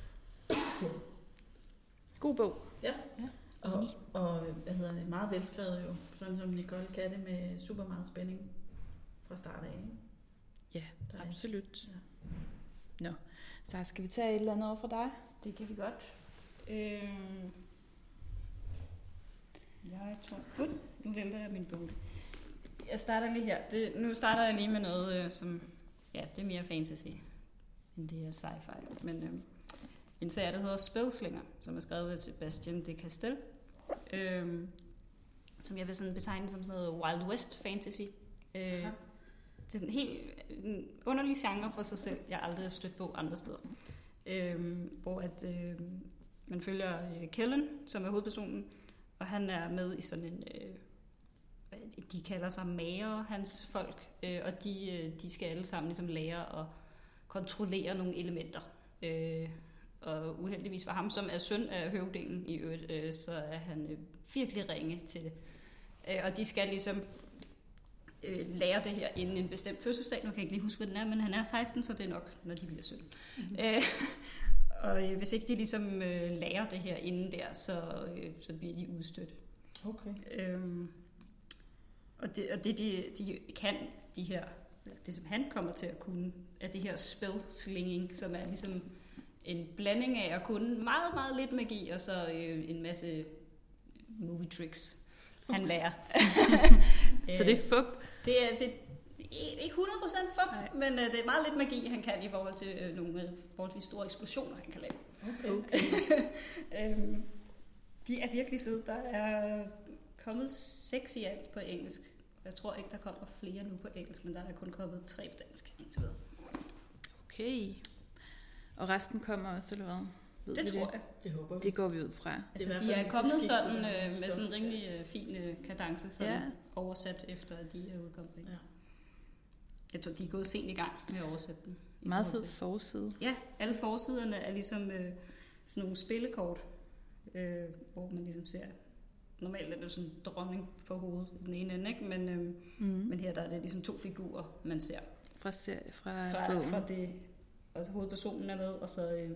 God bog. Ja, ja. Og, og hvad hedder det, meget velskrevet jo, sådan som Nicole kan det, med super meget spænding fra start af. Ikke? Ja, der absolut. Ja. Nå, så skal vi tage et eller andet over fra dig? Det kan vi godt. Øh, jeg tror... Uh, nu venter jeg min bunke. Jeg starter lige her. Det, nu starter jeg lige med noget, øh, som... Ja, det er mere fantasy, end det er sci-fi. Men øh, en serie, der hedder Spellslinger, som er skrevet af Sebastian de Castel. Øh, som jeg vil sådan betegne som sådan noget Wild West fantasy. Øh, det er en helt en underlig genre for sig selv, jeg aldrig har stødt på andre steder. Øh, hvor at, øh, man følger øh, Kellen, som er hovedpersonen, og han er med i sådan en, øh, de kalder sig mager, hans folk, øh, og de, øh, de skal alle sammen ligesom lære at kontrollere nogle elementer. Øh, Og uheldigvis for ham, som er søn af høvdingen i øvrigt, øh, så er han øh, virkelig ringe til det. Øh, og de skal ligesom øh, lære det her inden en bestemt fødselsdag. Nu kan jeg ikke lige huske, hvad den er, men han er seksten, så det er nok, når de bliver sytten. Mm-hmm. Øh, og øh, hvis ikke de ligesom øh, lærer det her inden der, så, øh, så bliver de udstødt. Okay. Øhm, og det, og det de, de kan, de her, det som han kommer til at kunne, er det her spell-slinging, som er ligesom en blanding af at kunne meget, meget lidt magi, og så øh, en masse movie tricks, han okay. lærer. Så det er fup? Det er, det er ikke hundrede procent fup, men øh, det er meget lidt magi, han kan i forhold til øh, nogle øh, forholdsvis store eksplosioner, han kan lave. Okay. okay. øhm, de er virkelig fede. Der er kommet seks i alt på engelsk. Jeg tror ikke, der kommer flere nu på engelsk, men der er kun kommet tre på dansk indtil videre. Okay. Og resten kommer også, eller hvad? Ved det tror det? jeg. Det håber vi. Det går vi ud fra. Altså, de er kommet sådan øh, med sådan en rimelig øh, fin øh, kadence, sådan ja. oversat efter, at de er udkommet. Ja. Jeg tror, de er gået sent i gang med at oversætte dem. Meget fed forside. Ja, alle forsiderne er ligesom øh, sådan nogle spillekort, øh, hvor man ligesom ser, normalt er det sådan en dronning på hovedet i den ene ende, ikke? Men, øh, mm. men her der er det ligesom to figurer, man ser. Fra, serie, fra, fra bogen. Fra det, altså hovedpersonen er med, og så øh,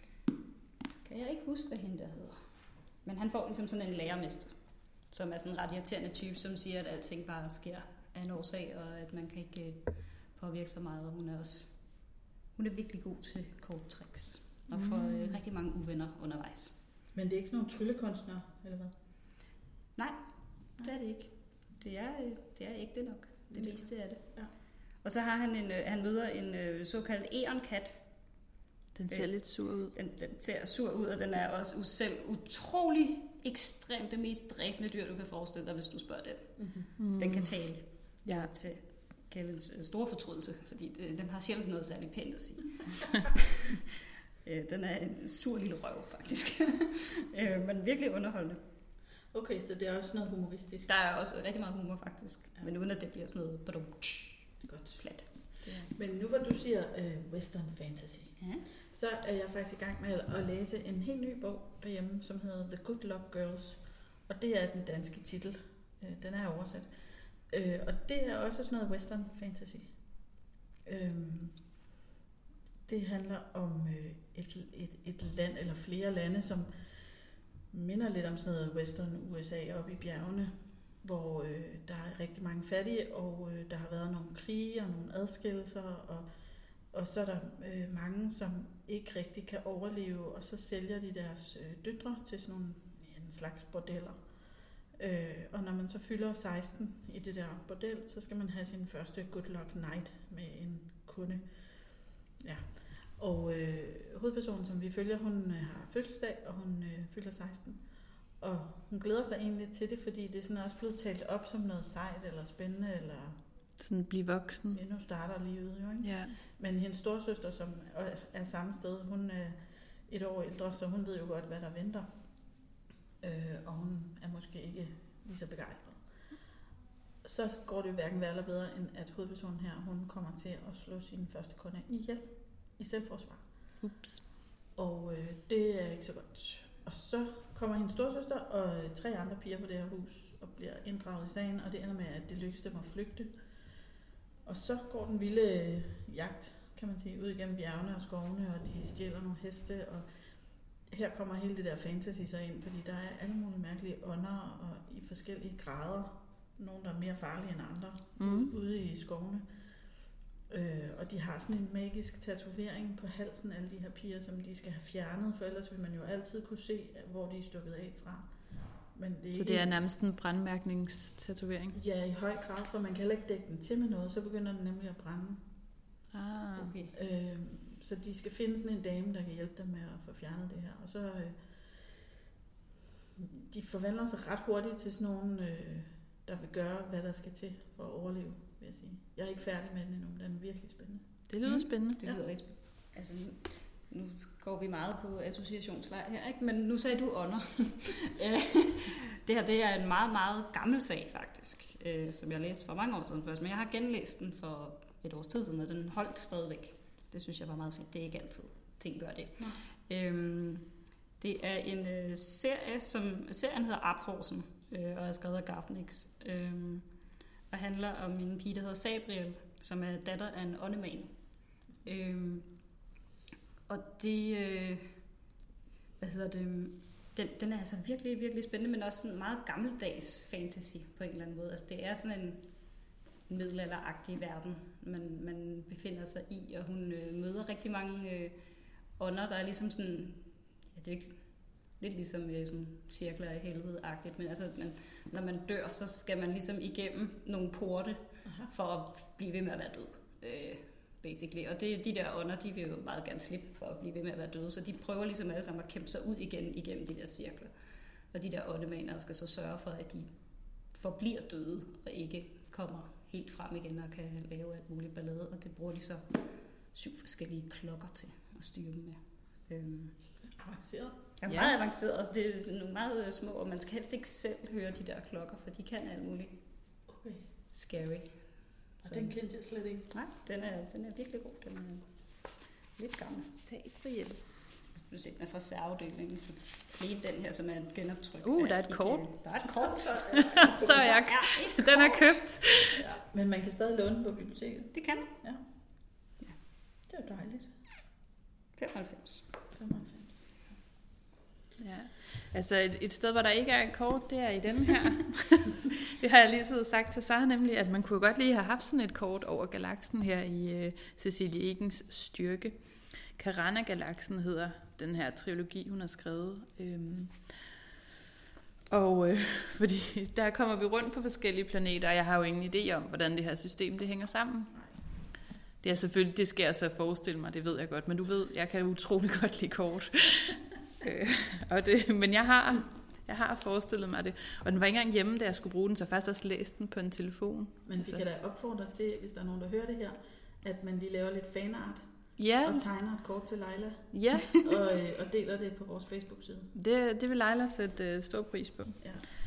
kan jeg ikke huske, hvad hende der hedder. Men han får ligesom sådan en lærermester, som er sådan en ret irriterende type, som siger, at alting bare sker af en årsag, og at man kan ikke øh, påvirke så meget, og hun er også hun er virkelig god til korttricks, og får øh, rigtig mange uvenner undervejs. Men det er ikke sådan nogle tryllekunstnere, eller hvad? Nej, det er det ikke. Det er, det er ægte nok. Det meste af det. Ja. Og så har han en, han møder en øh, såkaldt eonkat. Den ser øh, lidt sur ud. Den, den ser sur ud, og den er også selv utrolig ekstremt det mest dræbende dyr, du kan forestille dig, hvis du spørger den. Mm-hmm. Den kan tale ja. til Kevins store fortrydelse, fordi det, den har sjældent noget særligt pænt at sige. Den er en sur lille røv, faktisk. Men virkelig underholdende. Okay, så det er også noget humoristisk. Der er også rigtig meget humor, faktisk. Ja. Men uden at det bliver sådan noget badum, godt plat. Men nu hvor du siger uh, western fantasy, ja. så er jeg faktisk i gang med at læse en helt ny bog derhjemme, som hedder The Good Luck Girls. Og det er den danske titel. Uh, den er oversat. Uh, og det er også sådan noget western fantasy. Uh, det handler om uh, et, et, et land eller flere lande, som minder lidt om sådan noget western U S A oppe i bjergene, hvor øh, der er rigtig mange fattige, og øh, der har været nogle krige og nogle adskillelser, og, og så er der øh, mange, som ikke rigtig kan overleve, og så sælger de deres øh, døtre til sådan nogle en slags bordeller. Øh, og når man så fylder seksten i det der bordel, så skal man have sin første good luck night med en kunde. Ja. Og øh, hovedpersonen, som vi følger, hun øh, har fødselsdag, og hun øh, fylder seksten. Og hun glæder sig egentlig til det, fordi det er sådan også blevet talt op som noget sejt eller spændende, eller sådan blive voksen. Endnu starter livet jo, ikke? Ja. Men hendes storsøster, som er samme sted, hun er et år ældre, så hun ved jo godt, hvad der venter. Øh, og hun er måske ikke lige så begejstret. Så går det jo hverken værre eller bedre, end at hovedpersonen her, hun kommer til at slå sin første kunde ihjel i selvforsvar. Ups. Og øh, det er ikke så godt. Og så kommer hendes storsøster og tre andre piger på det her hus og bliver inddraget i sagen, og det ender med, at det lykkes dem at flygte. Og så går den vilde jagt, kan man sige, ud igennem bjergene og skovene, og de stjæler nogle heste, og her kommer hele det der fantasy så ind, fordi der er alle mulige mærkelige ånder og i forskellige grader. Nogle, der er mere farlige end andre, mm. ude i skovene. Øh, og de har sådan en magisk tatovering på halsen, alle de her piger, som de skal have fjernet, for ellers vil man jo altid kunne se, hvor de er stukket af fra. Men det er så ikke... det er nærmest en brandmærkningstatovering? Ja, i høj grad, for man kan heller ikke dække den til med noget, så begynder den nemlig at brænde. Ah, okay. Øh, så de skal finde sådan en dame, der kan hjælpe dem med at få fjernet det her. Og så øh, de forvandler sig ret hurtigt til sådan nogen, øh, der vil gøre, hvad der skal til for at overleve, vil jeg sige. Jeg er ikke færdig med den endnu, men den er virkelig spændende. Det lyder mm. spændende. Det lyder ja. rigtig spændende. Altså, nu, nu går vi meget på associationsvej her, ikke? Men nu sagde du ånder. Det her, det er en meget, meget gammel sag, faktisk, øh, som jeg læste for mange år siden først, men jeg har genlæst den for et års tid siden, og den holdt stadigvæk. Det synes jeg var meget fint. Det er ikke altid, ting gør det. Øhm, det er en øh, serie, som serien hedder Abhorsen, øh, og er skrevet af Garfnix, øh, og handler om en pige, der hedder Sabriel, som er datter af en åndemand. Øh, og det, øh, hvad hedder det, den, den er altså virkelig, virkelig spændende, men også sådan meget gammeldags fantasy på en eller anden måde. Altså det er sådan en middelalderagtig verden, man, man befinder sig i, og hun øh, møder rigtig mange øh, ånder, der er ligesom sådan, ja, det er ikke lidt ligesom øh, sådan cirkler af helvede-agtigt, men altså, man, når man dør, så skal man ligesom igennem nogle porte, aha, for at blive ved med at være død, øh, basically. Og det, de der ånder, de vil jo meget gerne slippe for at blive ved med at være døde, så de prøver ligesom alle sammen at kæmpe sig ud igen igennem de der cirkler. Og de der åndemaner skal så sørge for, at de forbliver døde, og ikke kommer helt frem igen og kan lave alt muligt ballade, og det bruger de så syv forskellige klokker til at styre dem med. Øhm. Avanceret. Ja, meget ja. avanceret. Det er nogle meget små, og man skal helst ikke selv høre de der klokker, for de kan alt muligt. Okay. Scary. Og så den kendte jeg slet ikke. Nej, den er, den er virkelig god. Den er lidt gammel. Sabriel. Du ser, den er fra særafdelingen. Lige den her, som er en genoptryk. Uh, der er et kort. Der er et kort. Så, så er jeg, den er købt. Ja, men man kan stadig låne den på biblioteket. Det kan man. Ja. Ja. Det er jo dejligt. femoghalvfems. femoghalvfems. Ja, altså et, et sted, hvor der ikke er et kort, det er i den her. Det har jeg lige siddet sagt til Sara, nemlig, at man kunne godt lige have haft sådan et kort over galaksen her i uh, Cecilie Egens Styrke. Karana-galaksen hedder den her trilogi, hun har skrevet. Øhm, og øh, fordi der kommer vi rundt på forskellige planeter, og jeg har jo ingen idé om, hvordan det her system det hænger sammen. Det er selvfølgelig, det skal jeg så forestille mig, det ved jeg godt, men du ved, jeg kan utrolig godt lide kort. øh, og det, men jeg har, jeg har forestillet mig det, og den var ikke engang hjemme, da jeg skulle bruge den, så jeg faktisk også læste den på en telefon. Men altså, vi kan da opfordre til, hvis der er nogen, der hører det her, at man lige laver lidt fanart, ja, og tegner et kort til Leila, ja, og, øh, og deler det på vores Facebook-side. Det, det vil Leila sætte uh, stor pris på. Ja.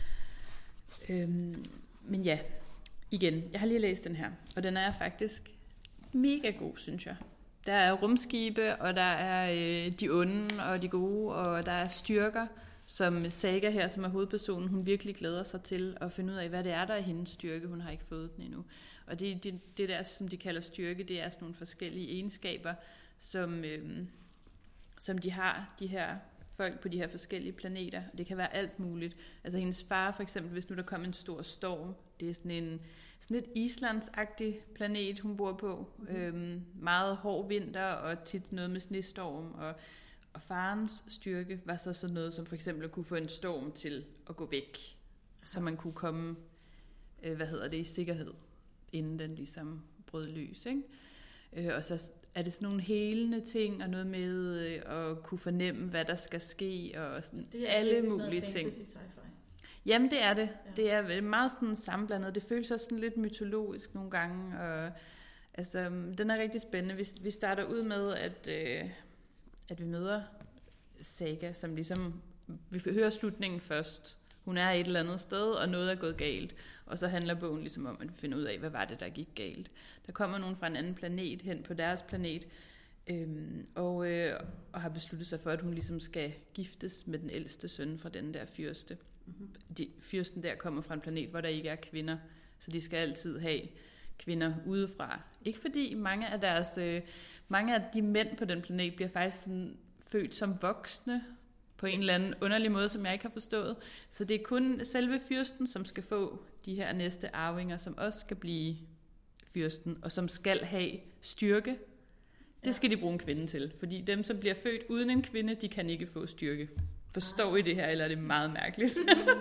Øhm, men ja, igen, jeg har lige læst den her, og den er faktisk mega god, synes jeg. Der er rumskibe, og der er øh, de onde og de gode, og der er styrker, som Saga her, som er hovedpersonen, hun virkelig glæder sig til at finde ud af, hvad det er, der er hendes styrke. Hun har ikke fået den endnu. Og det, det, det der, som de kalder styrke, det er sådan nogle forskellige egenskaber, som, øhm, som de har, de her folk på de her forskellige planeter. Det kan være alt muligt. Altså hendes far for eksempel, hvis nu der kom en stor storm, det er sådan en sådan lidt islandsagtig planet, hun bor på. Mm-hmm. Øhm, meget hård vinter og tit noget med snestorm. Og, og farens styrke var så sådan noget som for eksempel at kunne få en storm til at gå væk, så man kunne komme, øh, hvad hedder det, i sikkerhed, inden den ligesom brød løs, ikke? Øh, og så er det sådan nogle helende ting, og noget med øh, at kunne fornemme, hvad der skal ske, og sådan det er alle mulige ting. Sci-fi. Jamen, det er det. Ja. Det er meget sådan sammenblandet. Det føles også sådan lidt mytologisk nogle gange, og altså, den er rigtig spændende. Vi, vi starter ud med, at, øh, at vi møder Saga, som ligesom, vi hører slutningen først. Hun er et eller andet sted, og noget er gået galt. Og så handler bogen ligesom om, at vi finder ud af, hvad var det, der gik galt. Der kommer nogen fra en anden planet hen på deres planet, øhm, og, øh, og har besluttet sig for, at hun ligesom skal giftes med den ældste søn fra den der fyrste. Mm-hmm. De, fyrsten der kommer fra en planet, hvor der ikke er kvinder, så de skal altid have kvinder udefra. Ikke fordi mange af deres, øh, mange af de mænd på den planet bliver faktisk sådan født som voksne, på en eller anden underlig måde, som jeg ikke har forstået. Så det er kun selve fyrsten, som skal få de her næste arvinger, som også skal blive fyrsten, og som skal have styrke. Det skal de bruge en kvinde til, fordi dem, som bliver født uden en kvinde, de kan ikke få styrke. Forstår I det her, eller er det meget mærkeligt?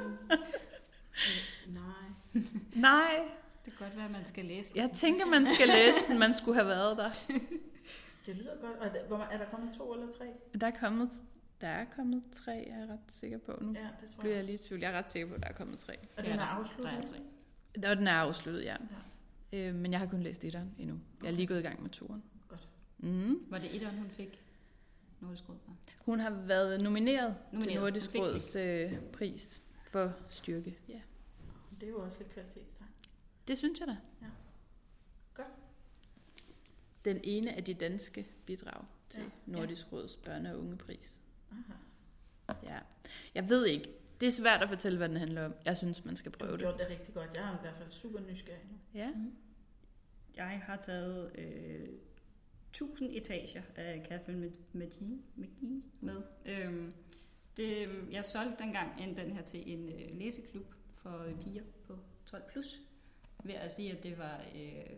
Nej. Nej. Det kan godt være, at man skal læse den. Jeg tænker, man skal læse den. Man skulle have været der. Det lyder godt. Og der, hvor, er der kommet to eller tre? Der er kommet, der er kommet tre, jeg er ret sikker på nu. Ja, det tror bliver jeg. jeg lige i tvivl. Jeg er ret sikker på, at der er kommet tre. Og den er afsluttet? Der er tre. Og den er afsluttet, ja. Ja. Øh, men jeg har kun læst etteren endnu. Jeg er lige gået i gang med toeren. Godt. Mm. Var det etteren, hun fik Nordisk Råd for? Hun har været nomineret, nomineret. til Nordisk Råds øh, pris for styrke. Ja. Det er jo også lidt kvalitetstegn. Det synes jeg da. Ja. Godt. Den ene af de danske bidrag til Ja. Nordisk Råds børne- og ungepris. Aha. Ja. Jeg ved ikke. Det er svært at fortælle, hvad den handler om. Jeg synes, man skal Du prøve har det. gjort det rigtig godt. Jeg er i hvert fald super nysgerrig nu. Ja. Jeg har taget øh, tusind etager af Catherine McGee, McGee med. Øhm, det, jeg solgte dengang en, den her til en øh, læseklub for øh, piger på tolv plus, ved at sige, at det var øh,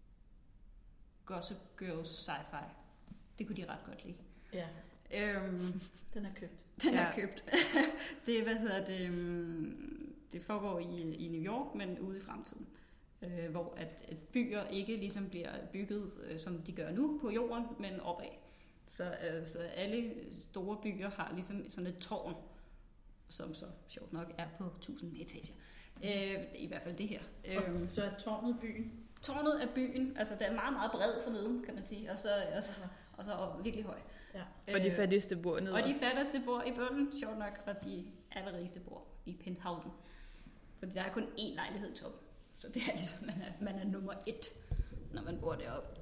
Gossip Girls sci-fi. Det kunne de ret godt lide. Ja, Øhm, den er købt. Den Ja. er købt. Det, hvad hedder det, um, det foregår i, i New York, men ude i fremtiden. Øh, hvor at, at byer ikke ligesom bliver bygget, øh, som de gør nu, på jorden, men opad. Så, øh, så alle store byer har ligesom sådan et tårn, som så sjovt nok er på tusind etager. Øh, I hvert fald det her. Og Øh, så er tårnet byen. tårnet af byen, altså den er meget, meget bred forneden, kan man sige, og så, og så, og så og virkelig høj. Ja. Og de fattigste bor nede Og de også. fattigste bor i bunden, sjovt nok, og de allerrigeste bor i penthousen. Fordi der er kun én lejlighed i toppen. Så det er ligesom, man er, man er nummer et, når man bor deroppe.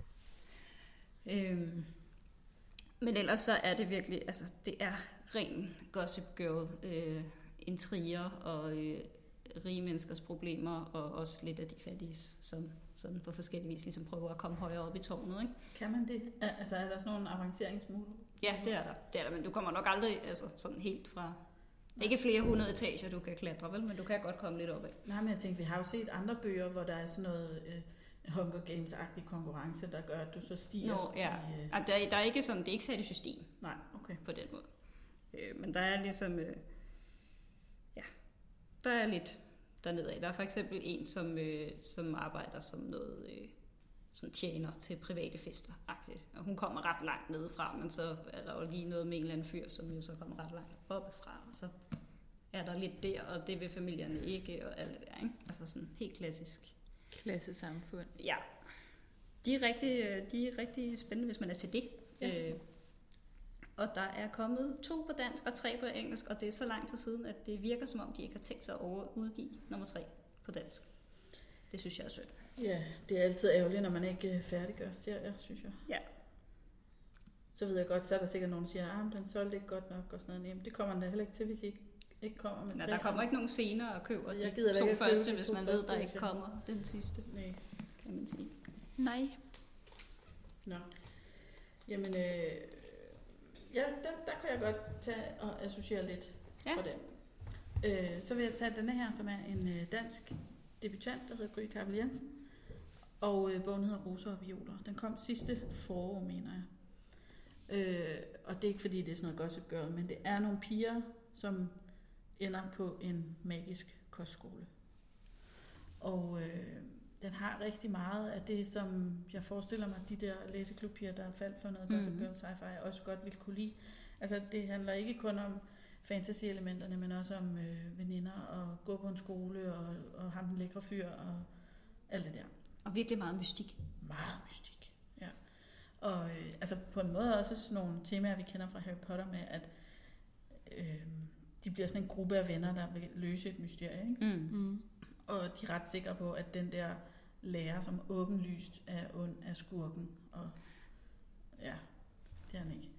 Ja. Øhm. Men ellers så er det virkelig, altså det er ren Gossip Girl øh, intriger og øh, rige menneskers problemer, og også lidt af de fattige, som sådan på forskellige vis ligesom prøver at komme højere op i tårnet, ikke? Kan man det? Er- Altså er der sådan nogle avanceringsmuligheder? Ja, det er der. Det er der, men du kommer nok aldrig altså, sådan helt fra... Ikke flere hundrede etager, du kan klatre, vel? Men du kan godt komme lidt opad. Nej, men jeg tænkte, vi har jo set andre bøger, hvor der er sådan noget øh, Hunger Games-agtig konkurrence, der gør, at du så stiger. Nå, ja. I, øh... Altså, der, er, der er ikke sådan, det er ikke sat i system Nej, okay. på den måde. Øh, men der er ligesom... Øh, ja, der er lidt dernede af. Der er for eksempel en, som, øh, som arbejder som noget... Øh, sådan tjener til private fester -agtigt. Og hun kommer ret langt nedefra, men så er der jo lige noget med en eller anden fyr, som jo så kommer ret langt oppefra, og så er der lidt der, og det vil familierne ikke, og alt det der, ikke? Altså sådan helt klassisk. Klassesamfund. Ja. De er rigtig, de er rigtig spændende, hvis man er til det. Ja. Øh, og der er kommet to på dansk og tre på engelsk, og det er så lang tid siden, at det virker som om, de ikke har tænkt sig at over udgive nummer tre på dansk. Det synes jeg er synd. Ja, det er altid ærgerligt, når man ikke øh, færdiggør serier, synes jeg. Ja. Så ved jeg godt, så er der sikkert nogen, der siger, at den solgte ikke godt nok og sådan noget. Jamen, det kommer den da heller ikke til, hvis I ikke, ikke kommer med Nå, tre. der kommer ikke nogen senere og køber Så jeg de gider da to ikke at købe første, de hvis to man ved, første, der hvis ikke jeg- kommer den sidste, Nej. kan man sige. Nej. Nå. Jamen, øh, ja, der, der kan jeg godt tage og associere lidt Ja. på den. Øh, så vil jeg tage denne her, som er en øh, dansk debutant, der hedder Gry Kappel Jensen. Og øh, bogen hedder Roser og Violer. Den kom sidste forår, mener jeg. Øh, og det er ikke fordi, det er sådan noget Gossip Girl, men det er nogle piger, som ender på en magisk kostskole. Og øh, den har rigtig meget af det, som jeg forestiller mig, de der læseklubpiger, der er faldt for noget mm-hmm. Gossip Girl sci-fi, også godt vil kunne lide. Altså, det handler ikke kun om fantasy-elementerne, men også om øh, veninder og gå på en skole og, og ham den lækre fyr og alt det der. Og virkelig meget mystik. Meget mystik, ja. Og øh, altså på en måde også sådan nogle temaer, vi kender fra Harry Potter med, at øh, de bliver sådan en gruppe af venner, der vil løse et mysterie, ikke? Mm. Mm. Og de er ret sikre på, at den der lærer, som åbenlyst er ond, er skurken. Og ja, det er han ikke.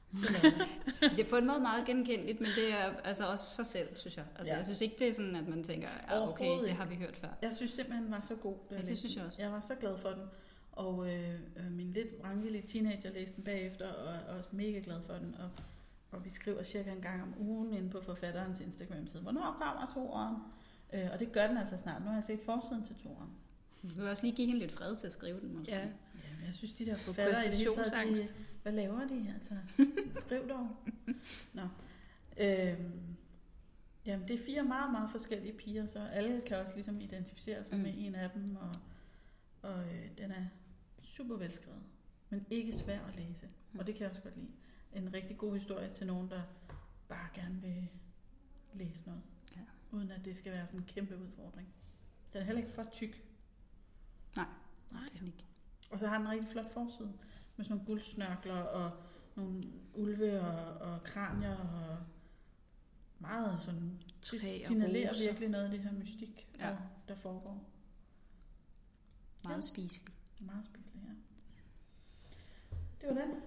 Det er på en måde meget genkendeligt, men det er altså også sig selv, synes jeg. Altså, Ja. jeg synes ikke, det er sådan, at man tænker, ja, okay, Overhovedet det har vi hørt før. Jeg synes simpelthen, den var så god. da Ja, jeg det læste synes den. jeg også. Jeg var så glad for den. Og øh, øh, min lidt vrangvillige teenager læste den bagefter, og er også mega glad for den. Og, og vi skriver cirka en gang om ugen inde på forfatterens Instagram-side. Hvornår kommer toeren? Øh, og det gør den altså snart. Nu har jeg set forsiden til toeren. Du vil også lige give hende lidt fred til at skrive den. Måske. Ja. Ja, men jeg synes, de der forfattere i det hele taget, de, præstationsangst. hvad laver de? Altså, skriv dog. Nå. Øhm, jamen, det er fire meget, meget forskellige piger, så alle kan også ligesom identificere sig mm. med en af dem, og, og øh, den er super velskrevet, men ikke svær at læse, mm. og det kan jeg også godt lide. En rigtig god historie til nogen, der bare gerne vil læse noget, Ja. uden at det skal være sådan en kæmpe udfordring. Den er heller ikke for tyk. Nej, Nej. det er den ikke. Og så har den en rigtig flot forside, med sådan nogle guldsnørkler og nogle ulve og, og kranier og meget sådan, Træ det og signalerer roser. virkelig noget af det her mystik, Ja. der, der foregår. Meget Ja. spiselig. Meget spiseligt, ja. Det var den.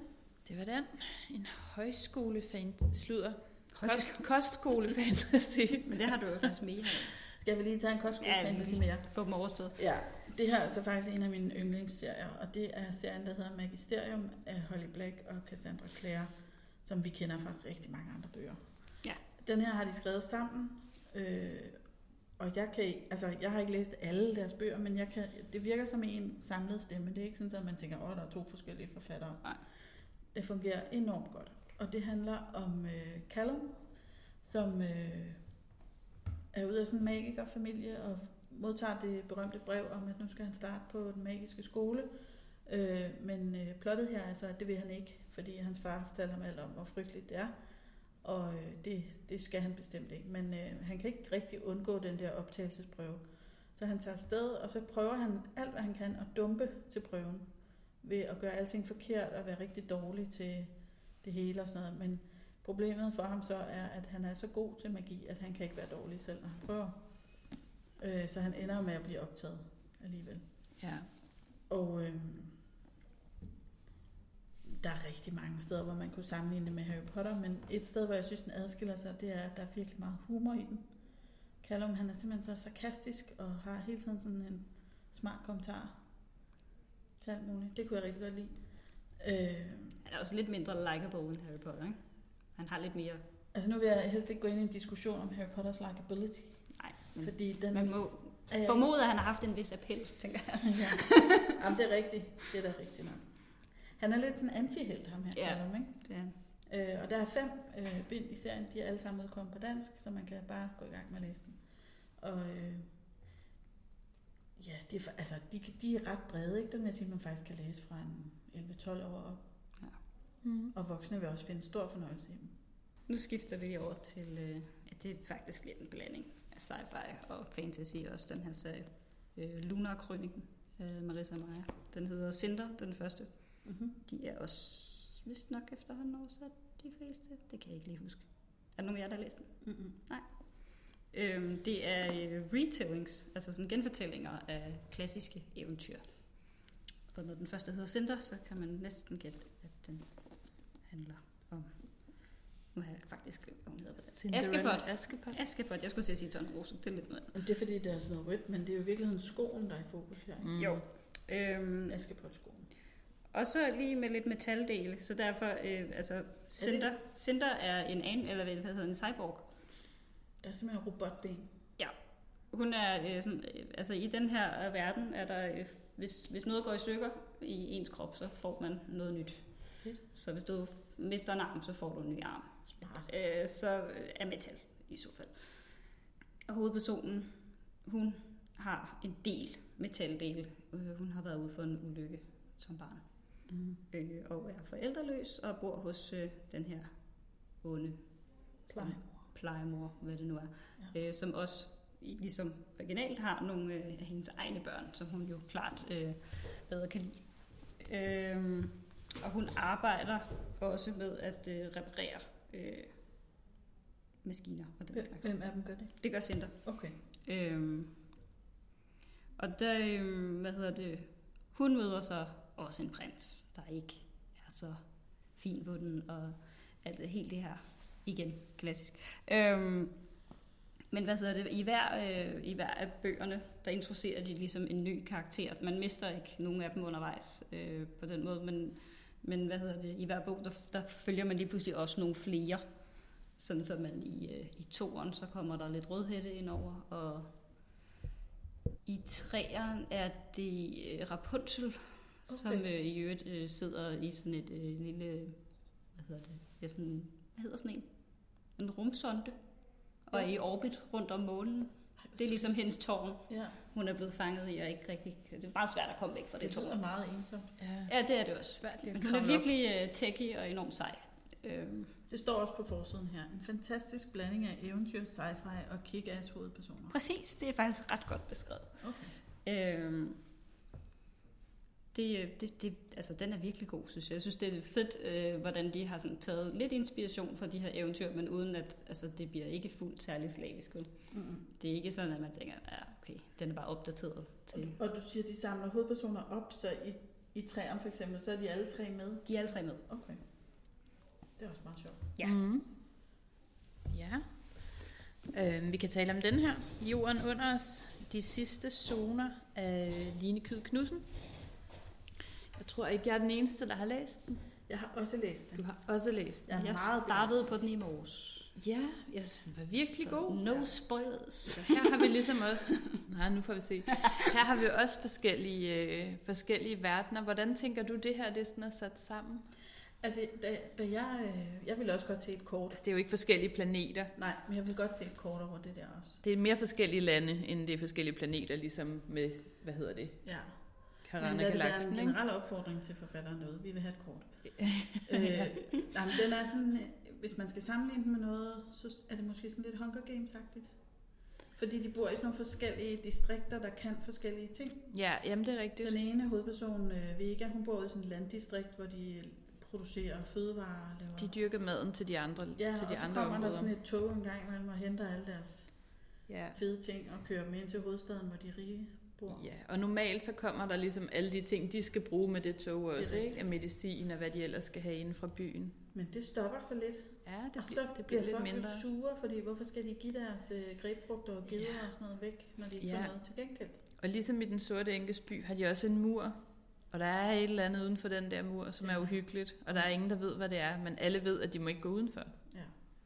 Det var den. En højskole-fantasy. Sluder. Kost, kostskole-fantasy. Men det har du jo faktisk mere. Skal vi lige tage en kostskole-fantasy mere? Få dem overstået. Ja, det her er så faktisk en af mine yndlingsserier, og det er serien, der hedder Magisterium af Holly Black og Cassandra Clare, som vi kender fra rigtig mange andre bøger. Ja. Den her har de skrevet sammen, øh, og jeg kan altså jeg har ikke læst alle deres bøger, men jeg kan, det virker som en samlet stemme. Det er ikke sådan, at man tænker, åh, der er to forskellige forfattere. Nej. Det fungerer enormt godt, og det handler om øh, Callum, som øh, er ude af sådan en magikerfamilie og modtager det berømte brev om, at nu skal han starte på den magiske skole. Øh, men øh, plottet her er så, at det vil han ikke, fordi hans far fortæller ham alt om, hvor frygteligt det er. Og øh, det, det skal han bestemt ikke. Men øh, han kan ikke rigtig undgå den der optagelsesprøve. Så han tager afsted, og så prøver han alt, hvad han kan at dumpe til prøven. Ved at gøre alting forkert og være rigtig dårlig til det hele og sådan noget. Men problemet for ham så er, at han er så god til magi, at han kan ikke være dårlig selv, når han prøver. Øh, så han ender med at blive optaget alligevel. Ja. Og øh, der er rigtig mange steder, hvor man kunne sammenligne det med Harry Potter, men et sted, hvor jeg synes, den adskiller sig, det er, at der er virkelig meget humor i den. Callum, han er simpelthen så sarkastisk og har hele tiden sådan en smart kommentar til alt muligt. Det kunne jeg rigtig godt lide. Øh, Han er også lidt mindre likeable end Harry Potter, ikke? Han har lidt mere... altså nu vil jeg helst ikke gå ind i en diskussion om Harry Potters likability. Nej, men Fordi den, man må øh, formode, at han har haft en vis appel, tænker jeg. ja. Jamen, det er rigtigt. Det er da rigtigt nok. Han er lidt sådan anti-helt, ham her, Ja. Callum, ikke? Det er han. Øh, og der er fem øh, bind i serien, de er alle sammen udkommet på dansk, så man kan bare gå i gang med at læse dem. Og øh, ja, det er, altså, de, de er ret brede, ikke? Den vil jeg sige, man faktisk kan læse fra en elleve tolv år op. Ja. Mm. Og voksne vil også finde stor fornøjelse i dem. Nu skifter vi over til, øh, at det er faktisk lidt en blanding af sci-fi og fantasy også, den her serie. Øh, Lunar-krøniken af Marissa Meyer. Den hedder Cinder, den første. Mm-hmm. De er også vist nok efterhånden oversat, de fleste. Det kan jeg ikke lige huske. Er der nogen af jer, der har læst den? Mm-hmm. Øhm, det er øh, retellings, altså sådan genfortællinger af klassiske eventyr. Og når den første hedder Cinder, så kan man næsten gætte, at den handler om... Nu har jeg faktisk glemt, hvad hun hedder på det. Cinderella. Askepot. Askepot. Askepot. Jeg skulle sige Tornerose. Det er lidt noget. Det er fordi, det er sådan noget rødt, men det er jo i virkeligheden skoen, der er i fokus her. Mm. Jo. Øhm, Askepot-skoen. og så lige med lidt metaldele, så derfor, øh, altså, Cinder, Cinder er en an, eller hvad hedder en cyborg. Der er simpelthen robotben. Hun er øh, sådan, øh, altså i den her verden er der, øh, hvis, hvis noget går i stykker i ens krop, så får man noget nyt. Fedt. Så hvis du mister en arm, så får du en ny arm. Smart. Øh, så er metal i så fald. Og hovedpersonen, hun har en del metaldele. Øh, hun har været ude for en ulykke som barn. Mm. Øh, og er forældreløs og bor hos øh, den her onde Plejemor. plejemor, hvad det nu er. Ja. Øh, som også ligesom originalt har nogle øh, af hendes egne børn, som hun jo klart øh, bedre kan lide. Øh, og hun arbejder også med at øh, reparere øh, maskiner og den Hvem, slags. hvem af dem gør det? Det gør Cinder. Okay. Øh, og der, øh, hvad hedder det, hun møder så også en prins, der ikke er så fin på den, og at helt det her, igen, klassisk. Øh, Men hvad hedder det? I hver, øh, i hver af bøgerne, der introducerer de ligesom en ny karakter. Man mister ikke nogen af dem undervejs øh, på den måde, men, men hvad hedder det? I hver bog, der, der følger man lige pludselig også nogle flere. Sådan så man i, øh, i toeren, så kommer der lidt rødhætte ind over, og i treeren er det øh, Rapunzel, okay. som øh, i øvrigt øh, sidder i sådan et øh, lille, hvad hedder det? Ja, sådan, hvad hedder sådan en? En rumsonde. Og er i orbit rundt om månen. Det er ligesom hendes tårn. Ja. Hun er blevet fanget i, og ikke rigtig... Det er meget svært at komme væk fra det, Det det lyder tårn. meget ensomt. Ja. Ja, det er det også. Svært lige at Men hun er kravle op. virkelig uh, techie og enormt sej. Øhm, Det står også på forsiden her. En fantastisk blanding af eventyr, sci-fi og kick-ass hovedpersoner. præcis, det er faktisk ret godt beskrevet. Okay. Øhm, det, det, det, altså, den er virkelig god, synes jeg. Jeg synes, det er fedt, øh, hvordan de har sådan, taget lidt inspiration fra de her eventyr, men uden at altså, det bliver ikke fuldt særligt slavisk. Vel? Mm-hmm. Det er ikke sådan, at man tænker, ja, okay, den er bare opdateret til... Og du siger, at de samler hovedpersoner op, så i, i træerne for eksempel, så er de alle tre med? De er alle tre med. Okay. Det er også meget sjovt. Ja. Mm. Ja. Øh, vi kan tale om den her. Jorden under os. De sidste zoner af Line Kyed Knudsen. Jeg tror ikke, jeg er den eneste, der har læst den. Jeg har også læst den. Du har også læst den. Jeg er Jeg meget startede på den i morges. Ja, jeg synes, den var virkelig Så god. no spoilers. Så her har vi ligesom også... Nej, nu får vi se. Her har vi også forskellige, øh, forskellige verdener. Hvordan tænker du, det her det er sådan er sat sammen? Altså, da, da jeg, øh, jeg ville også godt se et kort. Altså, det er jo ikke forskellige planeter. Nej, men jeg vil godt se et kort over det der også. Det er mere forskellige lande, end det er forskellige planeter, ligesom med, hvad hedder det? Ja. Men Karana lad det være galaksen, en ikke? generel opfordring til forfatteren noget. Vi vil have et kort. øh, nej, men den er sådan, øh, hvis man skal sammenligne den med noget, så er det måske sådan lidt Hunger Games-agtigt. Fordi de bor i sådan nogle forskellige distrikter, der kan forskellige ting. Ja, jamen det er rigtigt. Den ene hovedperson, øh, Vega, hun bor i sådan et landdistrikt, hvor de producerer fødevarer. Laver... De dyrker maden til de andre, ja, til de og så andre kommer områder. der sådan et tog en gang imellem og henter alle deres Ja. fede ting og kører dem ind til hovedstaden, hvor de rige bor. Ja, og normalt så kommer der ligesom alle de ting, de skal bruge med det tog også, rigtigt. ikke? Af medicin og hvad de ellers skal have inden fra byen. Men det stopper så lidt. Ja, det, Og bliver, så det bliver bliver lidt folk jo mindre. sure, fordi hvorfor skal de give deres øh, grebfrugter og geder Ja. og sådan noget væk, når de ikke Ja. får noget til gengæld? Og ligesom i Den Sorte Enkes By har de også en mur, og der er et eller andet uden for den der mur, som Ja. er uhyggeligt, og der er ingen, der ved, hvad det er, men alle ved, at de må ikke gå udenfor. Ja.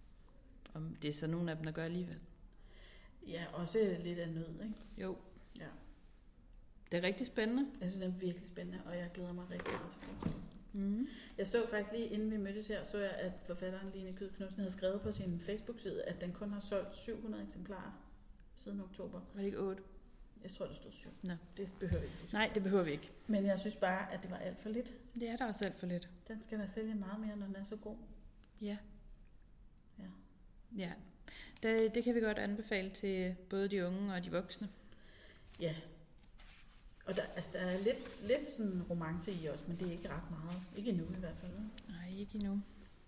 Om det er så nogen af dem, der gør alligevel. Ja, også lidt af nød, ikke? Jo, Ja. det er rigtig spændende. Jeg synes, det er virkelig spændende, og jeg glæder mig rigtig meget til forestillelsen. Mm. Jeg så faktisk lige inden vi mødtes her, så jeg, at forfatteren Line Kyed Knudsen havde skrevet på sin Facebook-side, at den kun har solgt syv hundrede eksemplarer siden oktober. Var det ikke otte? Jeg tror, der stod syv. Nå. Det behøver vi ikke diskutere. Nej, det behøver vi ikke. Men jeg synes bare, at det var alt for lidt. Det er der også alt for lidt. Den skal der sælge meget mere, når den er så god. Ja. Ja. Ja, det, det kan vi godt anbefale til både de unge og de voksne. Ja. Og der, altså, der er lidt, lidt sådan romance i os, men det er ikke ret meget. Ikke endnu i hvert fald. Nej, ikke endnu.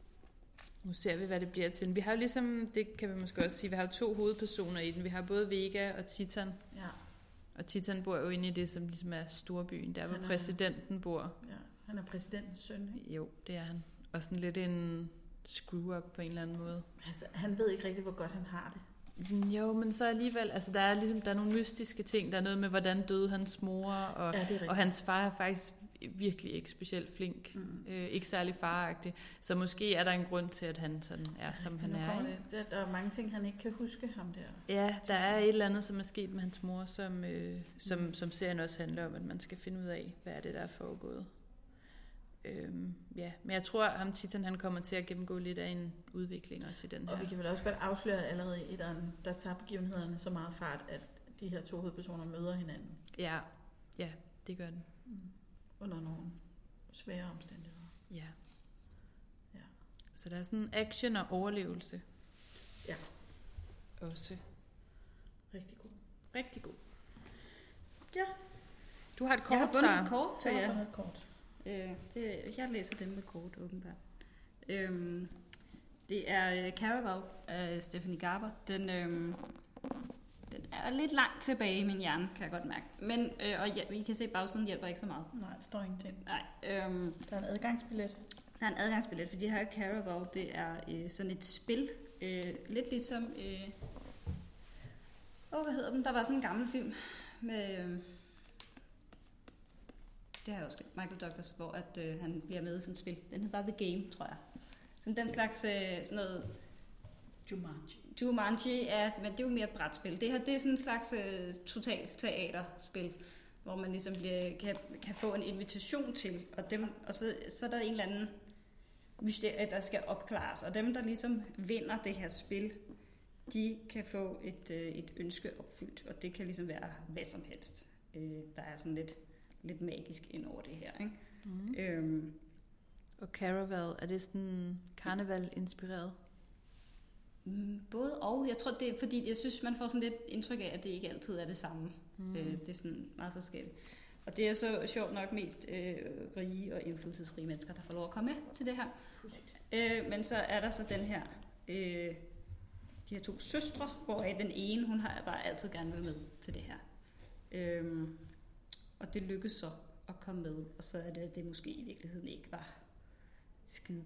Nu ser vi, hvad det bliver til. Vi har jo ligesom, det kan vi måske også sige, vi har jo to hovedpersoner i den. Vi har både Vega og Titan. Ja. Og Titan bor jo inde i det, som ligesom er storbyen, der hvor Han er- præsidenten bor. Ja. Han er præsidentens søn, ikke? Jo, det er han. Og sådan lidt en screw-up på en eller anden måde. Altså, han ved ikke rigtig, hvor godt han har det. Jo, men så alligevel, altså der er ligesom, der er nogle mystiske ting. Der er noget med, hvordan døde hans mor, og, Ja, det er rigtigt. og hans far er faktisk virkelig ikke specielt flink. Mm. Øh, ikke særlig faragtig. Så måske er der en grund til, at han sådan er, som Rigtig, han nu er. kommer Ikke? det. Der, der er mange ting, han ikke kan huske ham der. Ja, der er et eller andet, som er sket med hans mor, som, øh, som, som serien også handler om, at man skal finde ud af, hvad er det, der er foregået. Øhm, ja, men jeg tror, at ham Titan, han kommer til at gennemgå lidt af en udvikling også i den her. Og vi kan vel også godt afsløre allerede i etteren, der tager begivenhederne så meget fart, at de her to hovedpersoner møder hinanden. Ja, ja, det gør den. Mm. Under nogle svære omstændigheder. Ja. Ja. Så der er sådan action og overlevelse. Ja. Også. Rigtig god. Rigtig god. Ja. Du har et kort, Jeg har fundet Sara. et kort Så til har jer. jeg et kort. Øh, det, jeg læser den med kort, åbenbart. Øhm, det er uh, Caraval af Stephanie Garber. Den, øhm, den er lidt langt tilbage i min hjerne, kan jeg godt mærke. Men, øh, og ja, I kan se, at bagsiden hjælper ikke så meget. Nej, der står ingenting. Nej, øhm, Der er en adgangsbillet. der er en adgangsbillet, for det her Caraval, det er øh, sådan et spil. Øh, lidt ligesom... Øh, åh, hvad hedder den? Der var sådan en gammel film med... Øh, det har jeg også skrevet, Michael Douglas, hvor at, øh, han bliver med i sådan et spil. Den hedder bare The Game, tror jeg. Sådan den slags øh, sådan noget... Jumanji. Jumanji er, men det er jo mere et brætspil. Det her, det er sådan en slags øh, totalt teaterspil, hvor man ligesom bliver, kan, kan få en invitation til, og, dem, og så, så er der en eller anden mysterie, der skal opklares. Og dem, der ligesom vinder det her spil, de kan få et, øh, et ønske opfyldt, og det kan ligesom være hvad som helst. Øh, der er sådan lidt, lidt magisk ind over det her, ikke? Mm. Øhm, Og Caraval, er det sådan karneval-inspireret? mm, både og. Jeg tror, det er, fordi jeg synes, man får sådan lidt indtryk af, at det ikke altid er det samme. Mm. Øh, det er sådan meget forskelligt. Og det er så sjovt nok mest øh, rige og indflydelsesrige mennesker, der får lov at komme med til det her. Øh, men så er der så den her, øh, de her to søstre, hvor den ene, hun har bare altid gerne vil med til det her. Øh, og det lykkes så at komme med, og så er det, det måske i virkeligheden ikke var skide godt.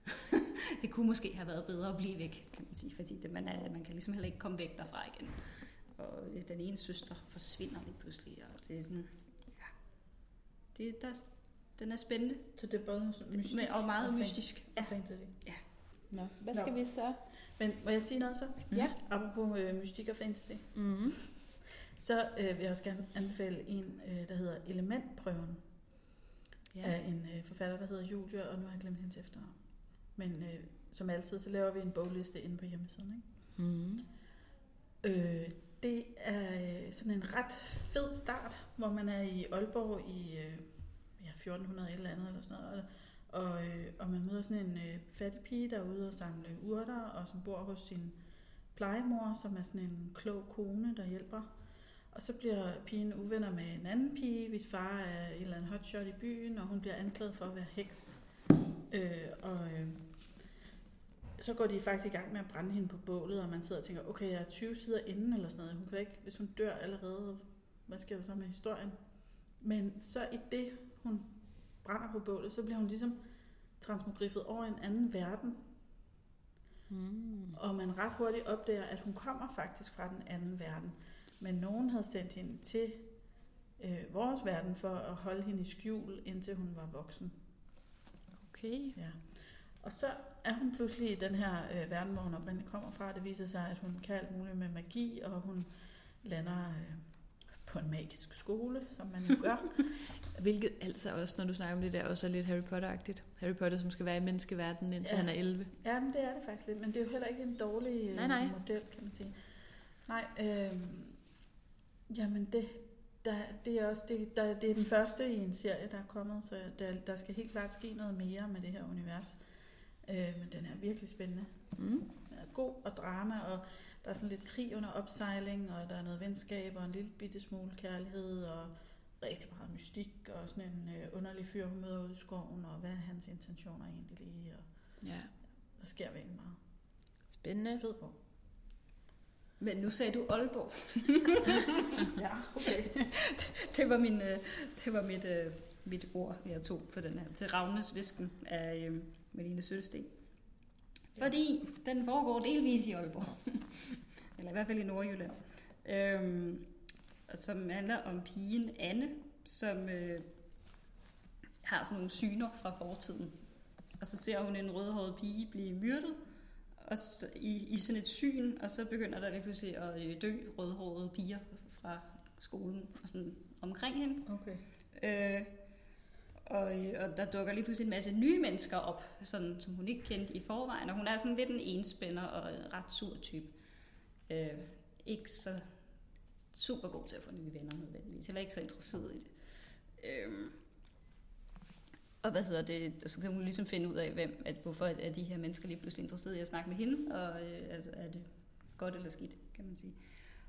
det kunne måske have været bedre at blive væk, kan man sige, fordi det, man, er, man kan ligesom heller ikke komme væk derfra igen. Og den ene søster forsvinder lige pludselig, og det er sådan, ja, det, der, den er spændende. Så det er både mystisk Men, og meget og mystisk. Ja. Fantasy. Ja. Nå, hvad skal Nå. vi så? Men må jeg sige noget så? Ja. Apropos øh, mystik og fantasy. Mm-hmm. Så øh, vil jeg også gerne anbefale en, øh, der hedder Elementprøven. Ja. Af en øh, forfatter, der hedder Julia, og nu har jeg glemt hendes efternavn. Men øh, som altid, så laver vi en bogliste inde på hjemmesiden. Ikke? Mm-hmm. Øh, det er øh, sådan en ret fed start, hvor man er i Aalborg i øh, ja, fjorten hundrede et eller andet, eller sådan noget. Og, øh, og man møder sådan en øh, fattig pige, der er ude og samle urter, og som bor hos sin plejemor, som er sådan en klog kone, der hjælper. Og så bliver pigen uvenner med en anden pige, hvis far er en eller anden hotshot i byen, og hun bliver anklaget for at være heks. Øh, og øh, så går de faktisk i gang med at brænde hende på bålet, og man sidder og tænker, okay, jeg er tyve sider inden, eller sådan noget. Hun kan ikke, hvis hun dør allerede, hvad sker der så med historien? Men så i det, hun brænder på bålet, så bliver hun ligesom transmogriffet over en anden verden. Mm. Og man ret hurtigt opdager, at hun kommer faktisk fra den anden verden. Men nogen havde sendt hende til øh, vores verden for at holde hende i skjul, indtil hun var voksen. Okay. Ja. Og så er hun pludselig i den her øh, verden, hvor hun oprindeligt kommer fra. Det viser sig, at hun kan alt muligt med magi, og hun lander øh, på en magisk skole, som man jo gør. Hvilket altså også, når du snakker om det der, også er lidt Harry Potter-agtigt. Harry Potter, som skal være i menneskeverdenen, indtil ja. han er elleve. Ja, men det er det faktisk lidt. Men det er jo heller ikke en dårlig øh, nej, nej. model, kan man sige. Nej, øh, jamen det, der, det er også det, der, det er den første i en serie, der er kommet, så der, der skal helt klart ske noget mere med det her univers. Øh, men den er virkelig spændende. Mm. Den er god og drama, og der er sådan lidt krig under opsejling, og der er noget venskab, og en lille bitte smule kærlighed, og rigtig meget mystik, og sådan en øh, underlig fyr, hun møder ude i skoven, og hvad er hans intentioner egentlig lige, og ja. der sker virkelig meget. Spændende. Fed på. Men nu sagde du Aalborg. Ja, okay. det var min, det var mit, mit ord, jeg tog på den her. Til Ravnes Visken af øh, Malene Sødsten. Fordi den foregår delvis i Aalborg. Eller i hvert fald i Nordjylland. Øhm, som handler om pigen Anne, som øh, har sådan nogle syner fra fortiden. Og så ser hun en rødhåret pige blive myrdet og så, i, i sådan et syn, og så begynder der lige pludselig at dø rødhårede piger fra skolen og sådan omkring hende. Okay. Øh, og, og der dukker lige pludselig en masse nye mennesker op, sådan, som hun ikke kendte i forvejen, og hun er sådan lidt en enspænder og en ret sur type. Øh, ikke så super god til at få nye venner nødvendigvis, eller ikke så interesseret i det. Øh, og hvad hedder det, så kan hun ligesom finde ud af, hvem, at, hvorfor er de her mennesker lige pludselig interesserede i at snakke med hende, og øh, er det godt eller skidt, kan man sige.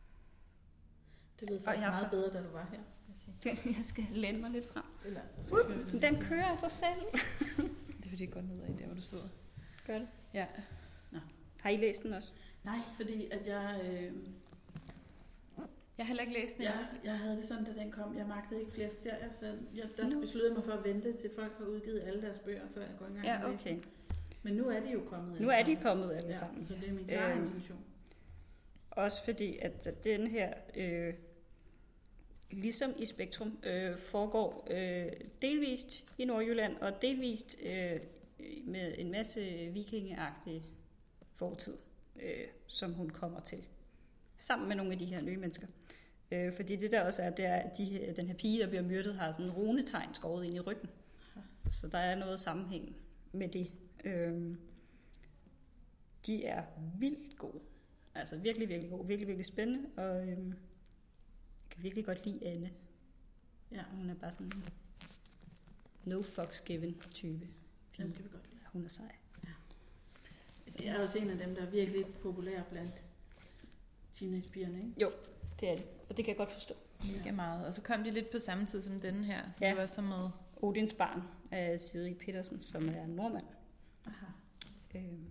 Det lød faktisk meget bedre, da du var her. Jeg skal læne mig lidt frem. Eller, uh, den kører af sig selv. Det er fordi, det går ned af der, hvor du sidder. Gør det? Ja. Nå. Har I læst den også? Nej, fordi at jeg... Øh, jeg har heller ikke læst den. Jeg, jeg havde det sådan, da den kom. Jeg magtede ikke flere serier, så jeg der no. besluttede mig for at vente, til folk har udgivet alle deres bøger, før jeg går i gang ja, med at læse okay. dem. Men nu er de jo kommet. Nu er de kommet alle sammen. Ja, så det er min klare øh, intention. Også fordi, at den her... Øh, ligesom i Spektrum, øh, foregår øh, delvist i Nordjylland, og delvist øh, med en masse vikingeagtig fortid, øh, som hun kommer til, sammen med nogle af de her nye mennesker. Øh, fordi det der også er, det er, at de, den her pige, der bliver myrdet, har sådan en runetegn skåret ind i ryggen. Så der er noget sammenhæng med det. Øh, de er vildt gode. Altså virkelig, virkelig gode. Virkelig, virkelig spændende. Og... Øh, Jeg kan virkelig godt lide Anne. Ja. Hun er bare sådan en no fucks given type. Den kan vi godt lide. Hun er sej. Ja. Det er også en af dem, der er virkelig populær blandt teenagepigerne, ikke? Jo, det er det. Og det kan jeg godt forstå. Mega ja. meget. Og så kom de lidt på samme tid som denne her, som ja. var så med. Odins barn af Siri Petersen, som er en nordmand. Aha. Øhm.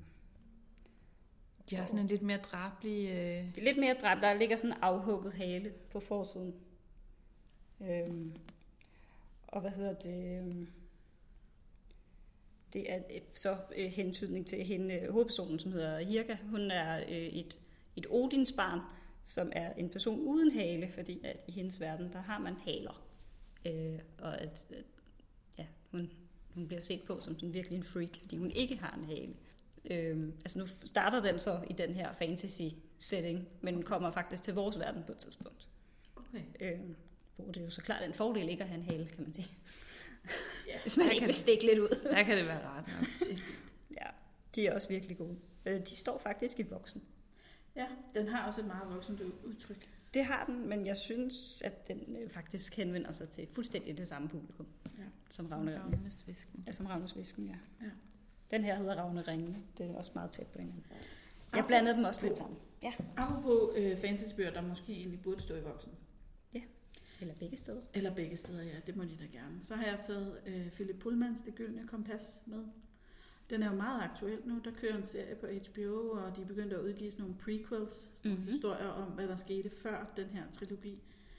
De har sådan en lidt mere drabelig... Øh... Det er lidt mere dræbt. Der ligger sådan en afhugget hale på forsiden. Øhm. Og hvad hedder det? det er så øh, hentydning til hende, øh, hovedpersonen, som hedder Hirka. Hun er øh, et, et Odinsbarn, som er en person uden hale, fordi at i hendes verden, der har man haler. Øh, og at øh, ja, hun, hun bliver set på som sådan virkelig en freak, fordi hun ikke har en hale. Øh, altså nu starter den så i den her fantasy-setting, men kommer faktisk til vores verden på et tidspunkt. Okay. Øh, hvor det er jo så klart en fordel ikke at have en hale, kan man sige. Ja, hvis man ikke vil stikke lidt ud. Der kan det være rart nok. Ja, de er også virkelig gode. De står faktisk i voksen. Ja, den har også et meget voksent udtryk. Det har den, men jeg synes, at den faktisk henvender sig til fuldstændig det samme publikum. Ja. Som, som Ravnesvisken. Ja, som Ravnesvisken, ja. ja. Den her hedder Ravne Ringene. Det er også meget tæt på hinanden. Jeg blandede dem også lidt sammen. Ja. Apropos øh, fantasybøger, der måske egentlig burde stå i voksen. Ja, eller begge steder. Eller begge steder, ja. Det må de da gerne. Så har jeg taget øh, Philip Pullmans Det Gyldne Kompas med. Den er jo meget aktuel nu. Der kører en serie på H B O, og de er begyndt at udgive sådan nogle prequels, mm-hmm. historier om, hvad der skete før den her trilogi.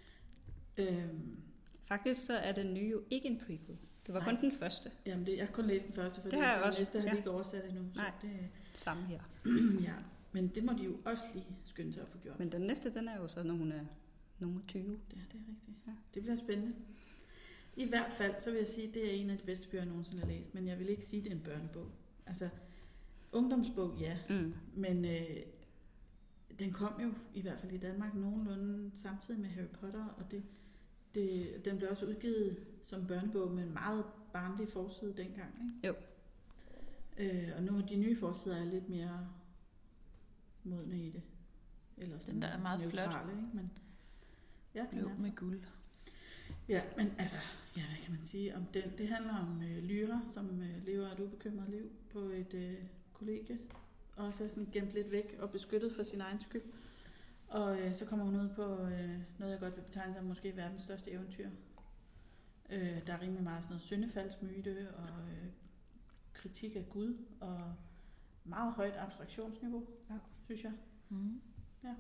Øhm, Faktisk så er den nye jo ikke en prequel. Det var Nej. kun den første. Jamen, det, jeg har kun læst den første, fordi det har den også. næste har ja. de ikke oversat endnu. Så Nej, det, samme her. ja, men det må de jo også lige skynde sig at få gjort. Men den næste, den er jo så, når hun er nummer tyve. Ja, det er rigtigt. Ja. Det bliver spændende. I hvert fald, så vil jeg sige, at det er en af de bedste bøger, jeg nogensinde har læst, men jeg vil ikke sige, at det er en børnebog. Altså, ungdomsbog, ja, mm. men øh, den kom jo i hvert fald i Danmark nogenlunde samtidig med Harry Potter, og det, det, den blev også udgivet som børnebog med en meget barnlig forside dengang, ikke? Jo. Øh, og nu er de nye forsider er lidt mere modne i det. Eller sådan den der er meget neutrale, flot. Ikke? Men, ja, Blå med guld. Ja, men altså, ja, hvad kan man sige om den? Det handler om øh, Lyra, som øh, lever et ubekymret liv på et øh, kollegie, og så er sådan gemt lidt væk og beskyttet for sin egen skyld. Og øh, så kommer hun ud på øh, noget, jeg godt vil betegne som måske verdens største eventyr. Øh, der er rimelig meget sådan noget syndefaldsmyte og øh, kritik af Gud, og meget højt abstraktionsniveau, ja. Synes jeg. Mm. Ja.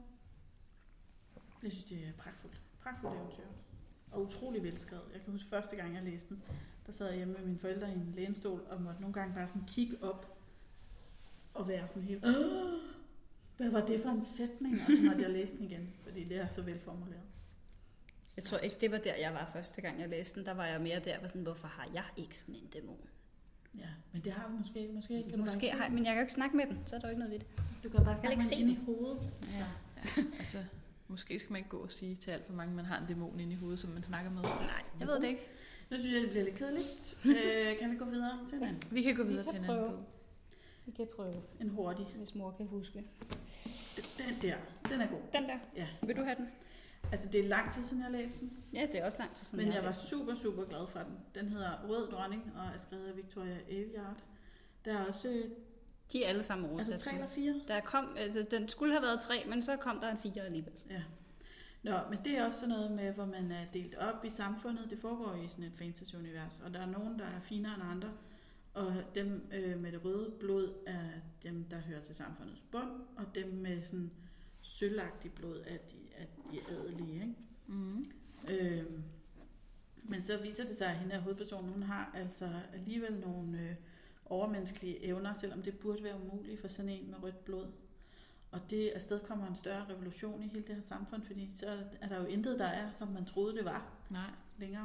Jeg synes, det er pragtfuldt. Pragtfuldt eventyr. Og utrolig velskrevet. Jeg kan huske første gang, jeg læste den, der sad jeg hjemme med mine forældre i en lænestol, og måtte nogle gange bare sådan kigge op, og være sådan helt, åh, hvad var det for en sætning? Og så måtte jeg læse den igen, fordi det er så velformuleret. Jeg tror ikke, det var der, jeg var første gang, jeg læste den. Der var jeg mere der, var sådan, hvorfor har jeg ikke sådan en dæmon? Ja, men det har du måske. Måske, kan måske du har, men jeg kan jo ikke snakke med den, så er der jo ikke noget ved det. Du kan bare snakke ikke se med den ind i hovedet. Ja. Ja. Altså, måske skal man ikke gå og sige til alt for mange, man har en dæmon inde i hovedet, som man snakker med. Nej, jeg ved det ikke. Nu synes jeg, det bliver lidt kedeligt. øh, kan vi gå videre til en anden? Vi kan gå videre til en anden bog. Vi kan prøve. En hurtig. Hvis mor kan huske. Den der, den er god. Den der? Ja. Vil du have den? Altså, det er lang tid siden, jeg læste den. Ja, det er også lang tid siden, Men jeg, jeg var læst super, super glad for den. Den hedder Rød Dronning, og er skrevet af Victoria Aveyard. Der er også... De er alle sammen oversat. Altså tre eller fire? Der kom, altså, den skulle have været tre, men så kom der en fire alligevel. Ja. Nå, men det er også sådan noget med, hvor man er delt op i samfundet. Det foregår i sådan et fantasy-univers, og der er nogen, der er finere end andre. Og dem øh, med det røde blod er dem, der hører til samfundets bund, og dem med sådan sølvagtigt blod er de, er de adelige, ikke? Mm. Øh, men så viser det sig, at hende er hovedpersonen, hun har altså alligevel nogle øh, overmenneskelige evner, selvom det burde være umuligt for sådan en med rødt blod. Og det afsted kommer en større revolution i hele det her samfund, fordi så er der jo intet, der er, som man troede, det var. Nej. Længere.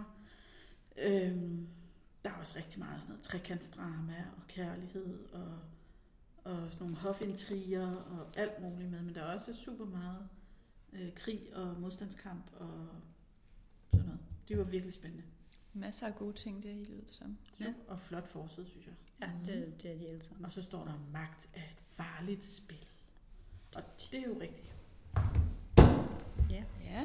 Øhm, der er også rigtig meget sådan noget trekantsdrama og kærlighed og, og sådan nogle hofintriger og alt muligt med, men der er også super meget øh, krig og modstandskamp og sådan noget. Det var virkelig spændende. Masser af gode ting, det er i løbet som. Ja. Og flot forside, synes jeg. Ja, det, det er de alle sammen. Og så står der, magt er et farligt spil. Og det er jo rigtigt. Ja. Ja.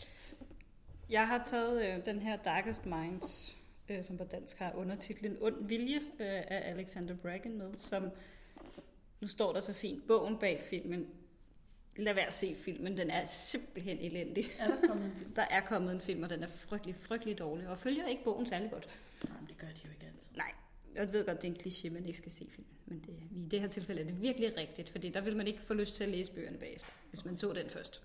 Jeg har taget øh, den her Darkest Minds, øh, som på dansk har undertitlen Ond Vilje øh, af Alexander Bracken med, som, nu står der så fint, bogen bag filmen. Lad være at se filmen, den er simpelthen elendig. Er der kommet en film? Der er kommet en film, og den er frygtelig, frygtelig dårlig, og følger ikke bogen særlig godt. Nej, men det gør de jo ikke altid. Nej, jeg ved godt, det er en kliché, man ikke skal se film. Men det, i det her tilfælde er det virkelig rigtigt, fordi der vil man ikke få lyst til at læse bøgerne bagefter, hvis man så den først.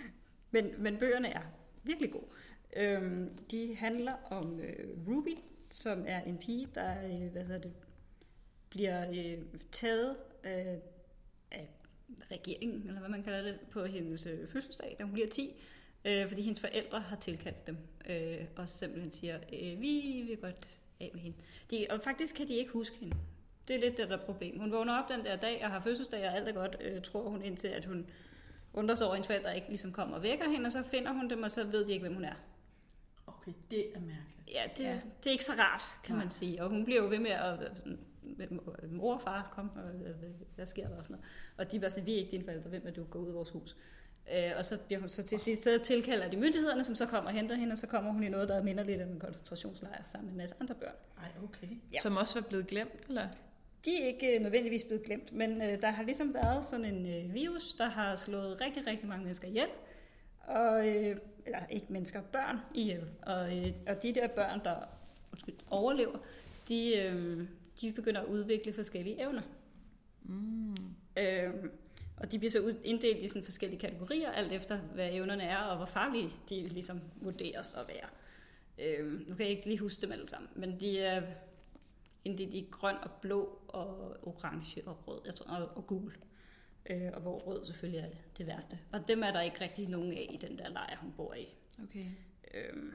men, men bøgerne er virkelig gode. Øhm, de handler om øh, Ruby, som er en pige, der øh, hvad hedder det, bliver øh, taget øh, af regeringen, eller hvad man kalder det, på hendes øh, fødselsdag, da hun bliver ti, øh, fordi hendes forældre har tilkaldt dem, øh, og simpelthen siger, øh, vi vil godt af med hende. De, og faktisk kan de ikke huske hende. Det er lidt det der problem. Hun vågner op den der dag og har fødselsdag, og alt er godt, øh, tror hun, indtil at hun undrer sig over, at hendes forældre ikke ligesom kommer og vækker hende, og så finder hun dem, og så ved de ikke, hvem hun er. Okay, det er mærkeligt. Ja, det, Ja. det er ikke så rart, kan Nej. man sige. Og hun bliver jo ved med at være sådan, mor og far, kom, og hvad sker der og sådan noget. Og de var sådan, vi er ikke dine forældre, hvem er du, gå ud af vores hus. Øh, og så bliver hun så til sidst, så tilkalder de myndighederne, som så kommer og henter hende, og så kommer hun i noget, der minder lidt om en koncentrationslejr sammen med en masse andre børn. Ej, okay. Ja. Som også var blevet glemt, eller? De er ikke øh, nødvendigvis blevet glemt, men øh, der har ligesom været sådan en øh, virus, der har slået rigtig, rigtig mange mennesker ihjel. Og, øh, eller ikke mennesker, børn ihjel. Og, øh, og de der børn, der undskyld, overlever, de, øh, de begynder at udvikle forskellige evner. Mm. Øh, og de bliver så ud- inddelt i sådan forskellige kategorier, alt efter hvad evnerne er, og hvor farlige de ligesom vurderes at være. Øh, nu kan jeg ikke lige huske dem alle sammen, men de er inddelt i grøn og blå og orange og rød, jeg tror, og, og gul. Øh, og hvor rød selvfølgelig er det, det værste. Og dem er der ikke rigtig nogen af i den der lejr, hun bor i. Okay. Øh,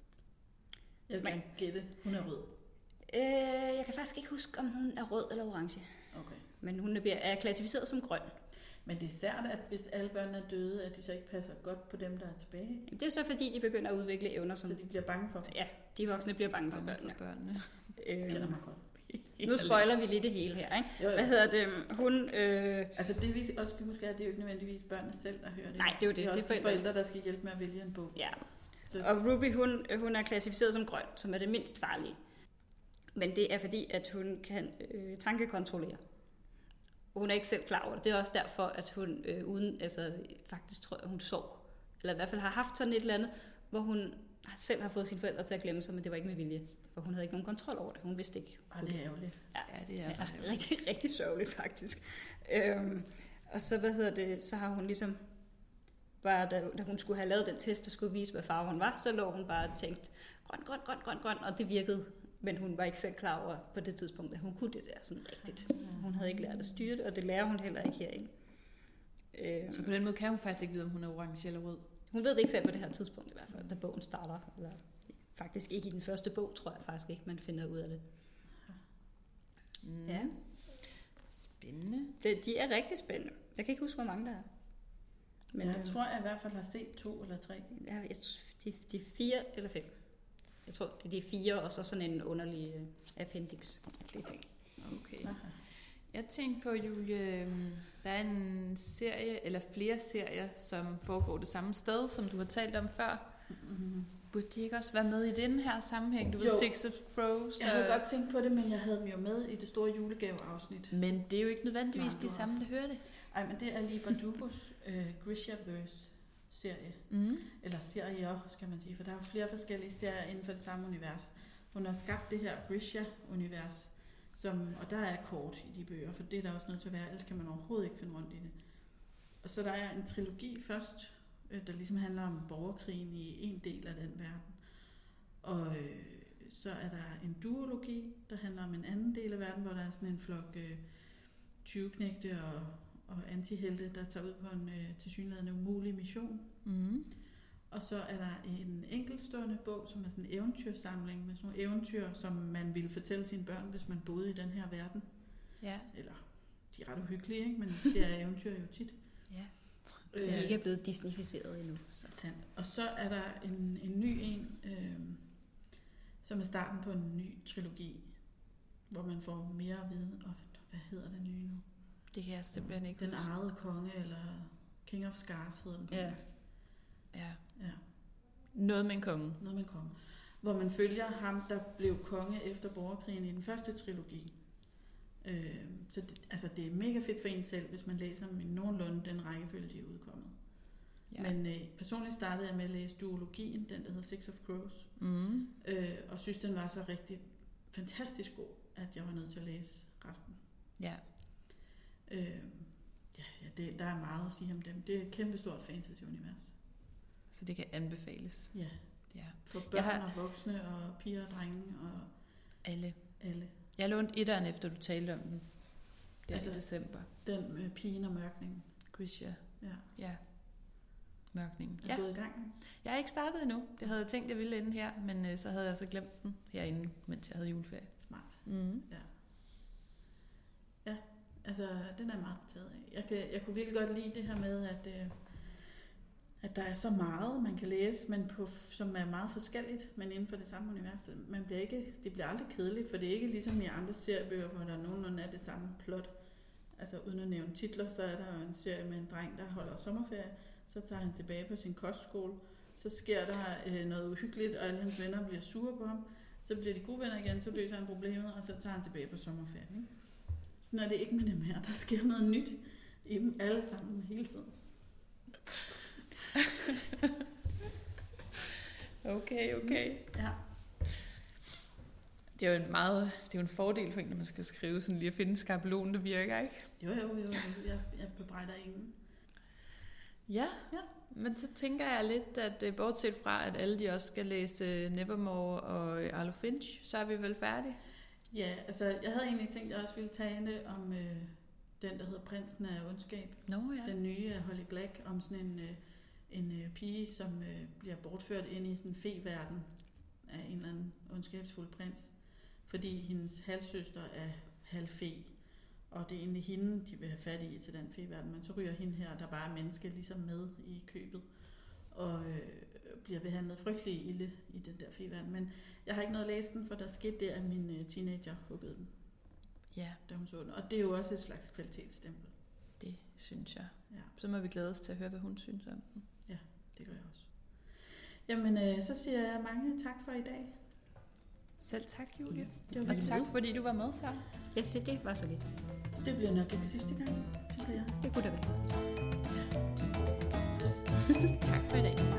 Jeg vil gerne gætte. Hun er rød. øh, jeg kan faktisk ikke huske, om hun er rød eller orange. Okay. Men hun er, er klassificeret som grøn. Men det er sært, at hvis alle børnene er døde, at de så ikke passer godt på dem, der er tilbage. Jamen, det er jo så fordi, de begynder at udvikle evner, som Så de bliver bange for dem. ja, de voksne bliver bange for Bange børnene. for børnene. Det kender Øh, mig godt. nu spoiler vi lige det hele her, ikke? Jo, jo. Hvad hedder det? Hun... Øh, Altså det vi også skal huske, er, at det er jo ikke nødvendigvis børnene selv, der hører det. Nej, det er jo det. Det er Det også er de forældrene. forældre, der skal hjælpe med at vælge en bog. ja, Så og Ruby, hun, hun er klassificeret som grøn, som er det mindst farlige. Men det er fordi, at hun kan øh, tankekontrollere. Hun er ikke selv klar over det. Det er også derfor, at hun øh, uden, altså faktisk tror jeg, hun sov. Eller i hvert fald har haft sådan et eller andet, hvor hun selv har fået sine forældre til at glemme sig, men det var ikke med vilje. For hun havde ikke nogen kontrol over det. Hun vidste ikke. ah, det er ærgerligt. Ja, Ja, det er det er ret rigtig, rigtig sørgeligt faktisk. Øhm, og så, hvad hedder det, så har hun ligesom, bare da, da hun skulle have lavet den test, der skulle vise, hvad farve hun var, så lå hun bare og tænkte, grøn, grøn, grøn, grøn, grøn, og det virkede. Men hun var ikke selv klar over på det tidspunkt, at hun kunne det der sådan rigtigt. Hun havde ikke lært at styre det, og det lærer hun heller ikke herinde. Øhm, Så på den måde kan hun faktisk ikke vide, om hun er orange eller rød. hun ved det ikke selv på det her tidspunkt i hvert fald, da bogen starter. Eller faktisk ikke i den første bog, tror jeg faktisk ikke, man finder ud af det. Mm. Ja. Spændende. det. De er rigtig spændende. Jeg kan ikke huske, hvor mange der er. Men jeg øhm, tror, jeg i hvert fald har set to eller tre. Ja, jeg, de, de er fire eller fem. Jeg tror, det er de fire, og så sådan en underlig uh, appendix. Det ting. Okay. Aha. Jeg tænkte på, Julie, øhm, der er en serie, eller flere serier, som foregår det samme sted, som du har talt om før. Mm-hmm. Burde de ikke også være med i den her sammenhæng? Du ved, Jo. Six of Crows. Jeg havde og- godt tænkt på det, men jeg havde dem jo med i det store julegaveafsnit. Men det er jo ikke nødvendigvis Nej, de du har samme, der hører det. Ej, men det er lige Bardugos øh, Grishaverse-serie. Mm. Eller serier, skal man sige, for der er jo flere forskellige serier inden for det samme univers. Hun har skabt det her Grisha-univers, som, og der er kort i de bøger, for det er der også nødt til at være, ellers kan man overhovedet ikke finde rundt i det. Og så der er en trilogi først, øh, der ligesom handler om borgerkrigen i en del af den verden. Og øh, så er der en duologi, der handler om en anden del af verden, hvor der er sådan en flok øh, tyveknægte og, og antihelte, der tager ud på en øh, tilsyneladende umulig mission. Mm. Og så er der en enkeltstående bog, som er sådan en eventyrsamling med sådan nogle eventyr, som man ville fortælle sine børn, hvis man boede i den her verden. Ja. Eller, de er ret uhyggelige, ikke? Men det er eventyr jo tit. Ja. Det er ikke blevet disneyficeret endnu. Så. Sandt. Og så er der en, en ny en, øh, som er starten på en ny trilogi, hvor man får mere at vide. Og hvad hedder den nye nu? Det kan jeg simpelthen ikke Den huske. ejede konge, eller King of Scars hedder den på Ja. engelsk. Ja. Ja. Noget med en konge. Noget med konge. Hvor man følger ham, der blev konge efter borgerkrigen i den første trilogi. Øh, så det, altså det er mega fedt for en selv, hvis man læser dem i nogenlunde den rækkefølge, de er udkommet. Ja. Ja. Men øh, personligt startede jeg med at læse duologien, den der hedder Six of Crows, Mm. øh, og synes, den var så rigtig fantastisk god, at jeg var nødt til at læse resten. Ja. Øh, ja, ja det, der er meget at sige om dem. Det er et kæmpestort fantasy-univers. Så det kan anbefales. Ja, Ja. for børn Jeg har- og voksne og piger og drenge og Alle. Alle. Jeg lånte etteren, efter du talte om den. Det er Altså, i december. Den med pigen og mørkningen. Grisha. Ja. Ja. Mørkningen. Er Ja. du gået i gang? Jeg er ikke startet endnu. Det havde jeg tænkt, jeg ville inden her, men øh, så havde jeg så glemt den herinde, mens jeg havde juleferie. Smart. Mm. Ja. Ja, altså den er jeg meget betaget af. Jeg, kan, jeg kunne virkelig godt lide det her med, at, øh, at der er så meget, man kan læse, men på, som er meget forskelligt, men inden for det samme univers. Man bliver ikke, det bliver aldrig kedeligt, for det er ikke ligesom i andre seriebøger, hvor der er nogenlunde af det samme plot. Altså uden at nævne titler, så er der jo en serie med en dreng, der holder sommerferie. Så tager han tilbage på sin kostskole. Så sker der øh, noget uhyggeligt, og alle hans venner bliver sure på ham. Så bliver de gode venner igen, så løser han problemet, og så tager han tilbage på sommerferie. Ikke? Sådan er det ikke med dem her. Der sker noget nyt i dem alle sammen hele tiden. Okay, okay. Ja. Det er jo en meget, det er jo en fordel for en, når man skal skrive sådan lige at finde skabelonen, der virker, ikke? Jo, jo, jo. jo. Jeg, jeg bebrejder ingen. Ja, Ja. Men så tænker jeg lidt, at øh, bortset fra, at alle de også skal læse Nevermore og Arlo Finch, så er vi vel færdige. Ja, altså jeg havde egentlig tænkt, at jeg også ville tale om øh, den, der hedder Prinsen af Ondskab. Nå ja. Den nye af Holly Black, om sådan en, øh, en øh, pige, som øh, bliver bortført ind i sådan en fe-verden af en eller anden ondskabsfuld prins. Fordi hendes halvsøster er halvfe, og det er egentlig hende, de vil have fat i til den fe-verden. Men så ryger hende her, der bare er menneske, ligesom med i købet, og øh, bliver behandlet frygtelig ilde i den der fe-verden. Men jeg har ikke noget at læse den, for der skete det, at min øh, teenager huggede den, Ja, da hun så den. Og det er jo også et slags kvalitetsstempel. det synes jeg. Ja, Så må vi glæde os til at høre, hvad hun synes om den. det gør jeg også. Jamen, øh, så siger jeg mange tak for i dag. Selv tak, Julie. Det var Og rigtig tak, godt. fordi du var med, Sarah. Jeg siger, det var så lidt. Det bliver nok ikke sidste gang, tænker jeg. Det kunne det være. Tak for i dag.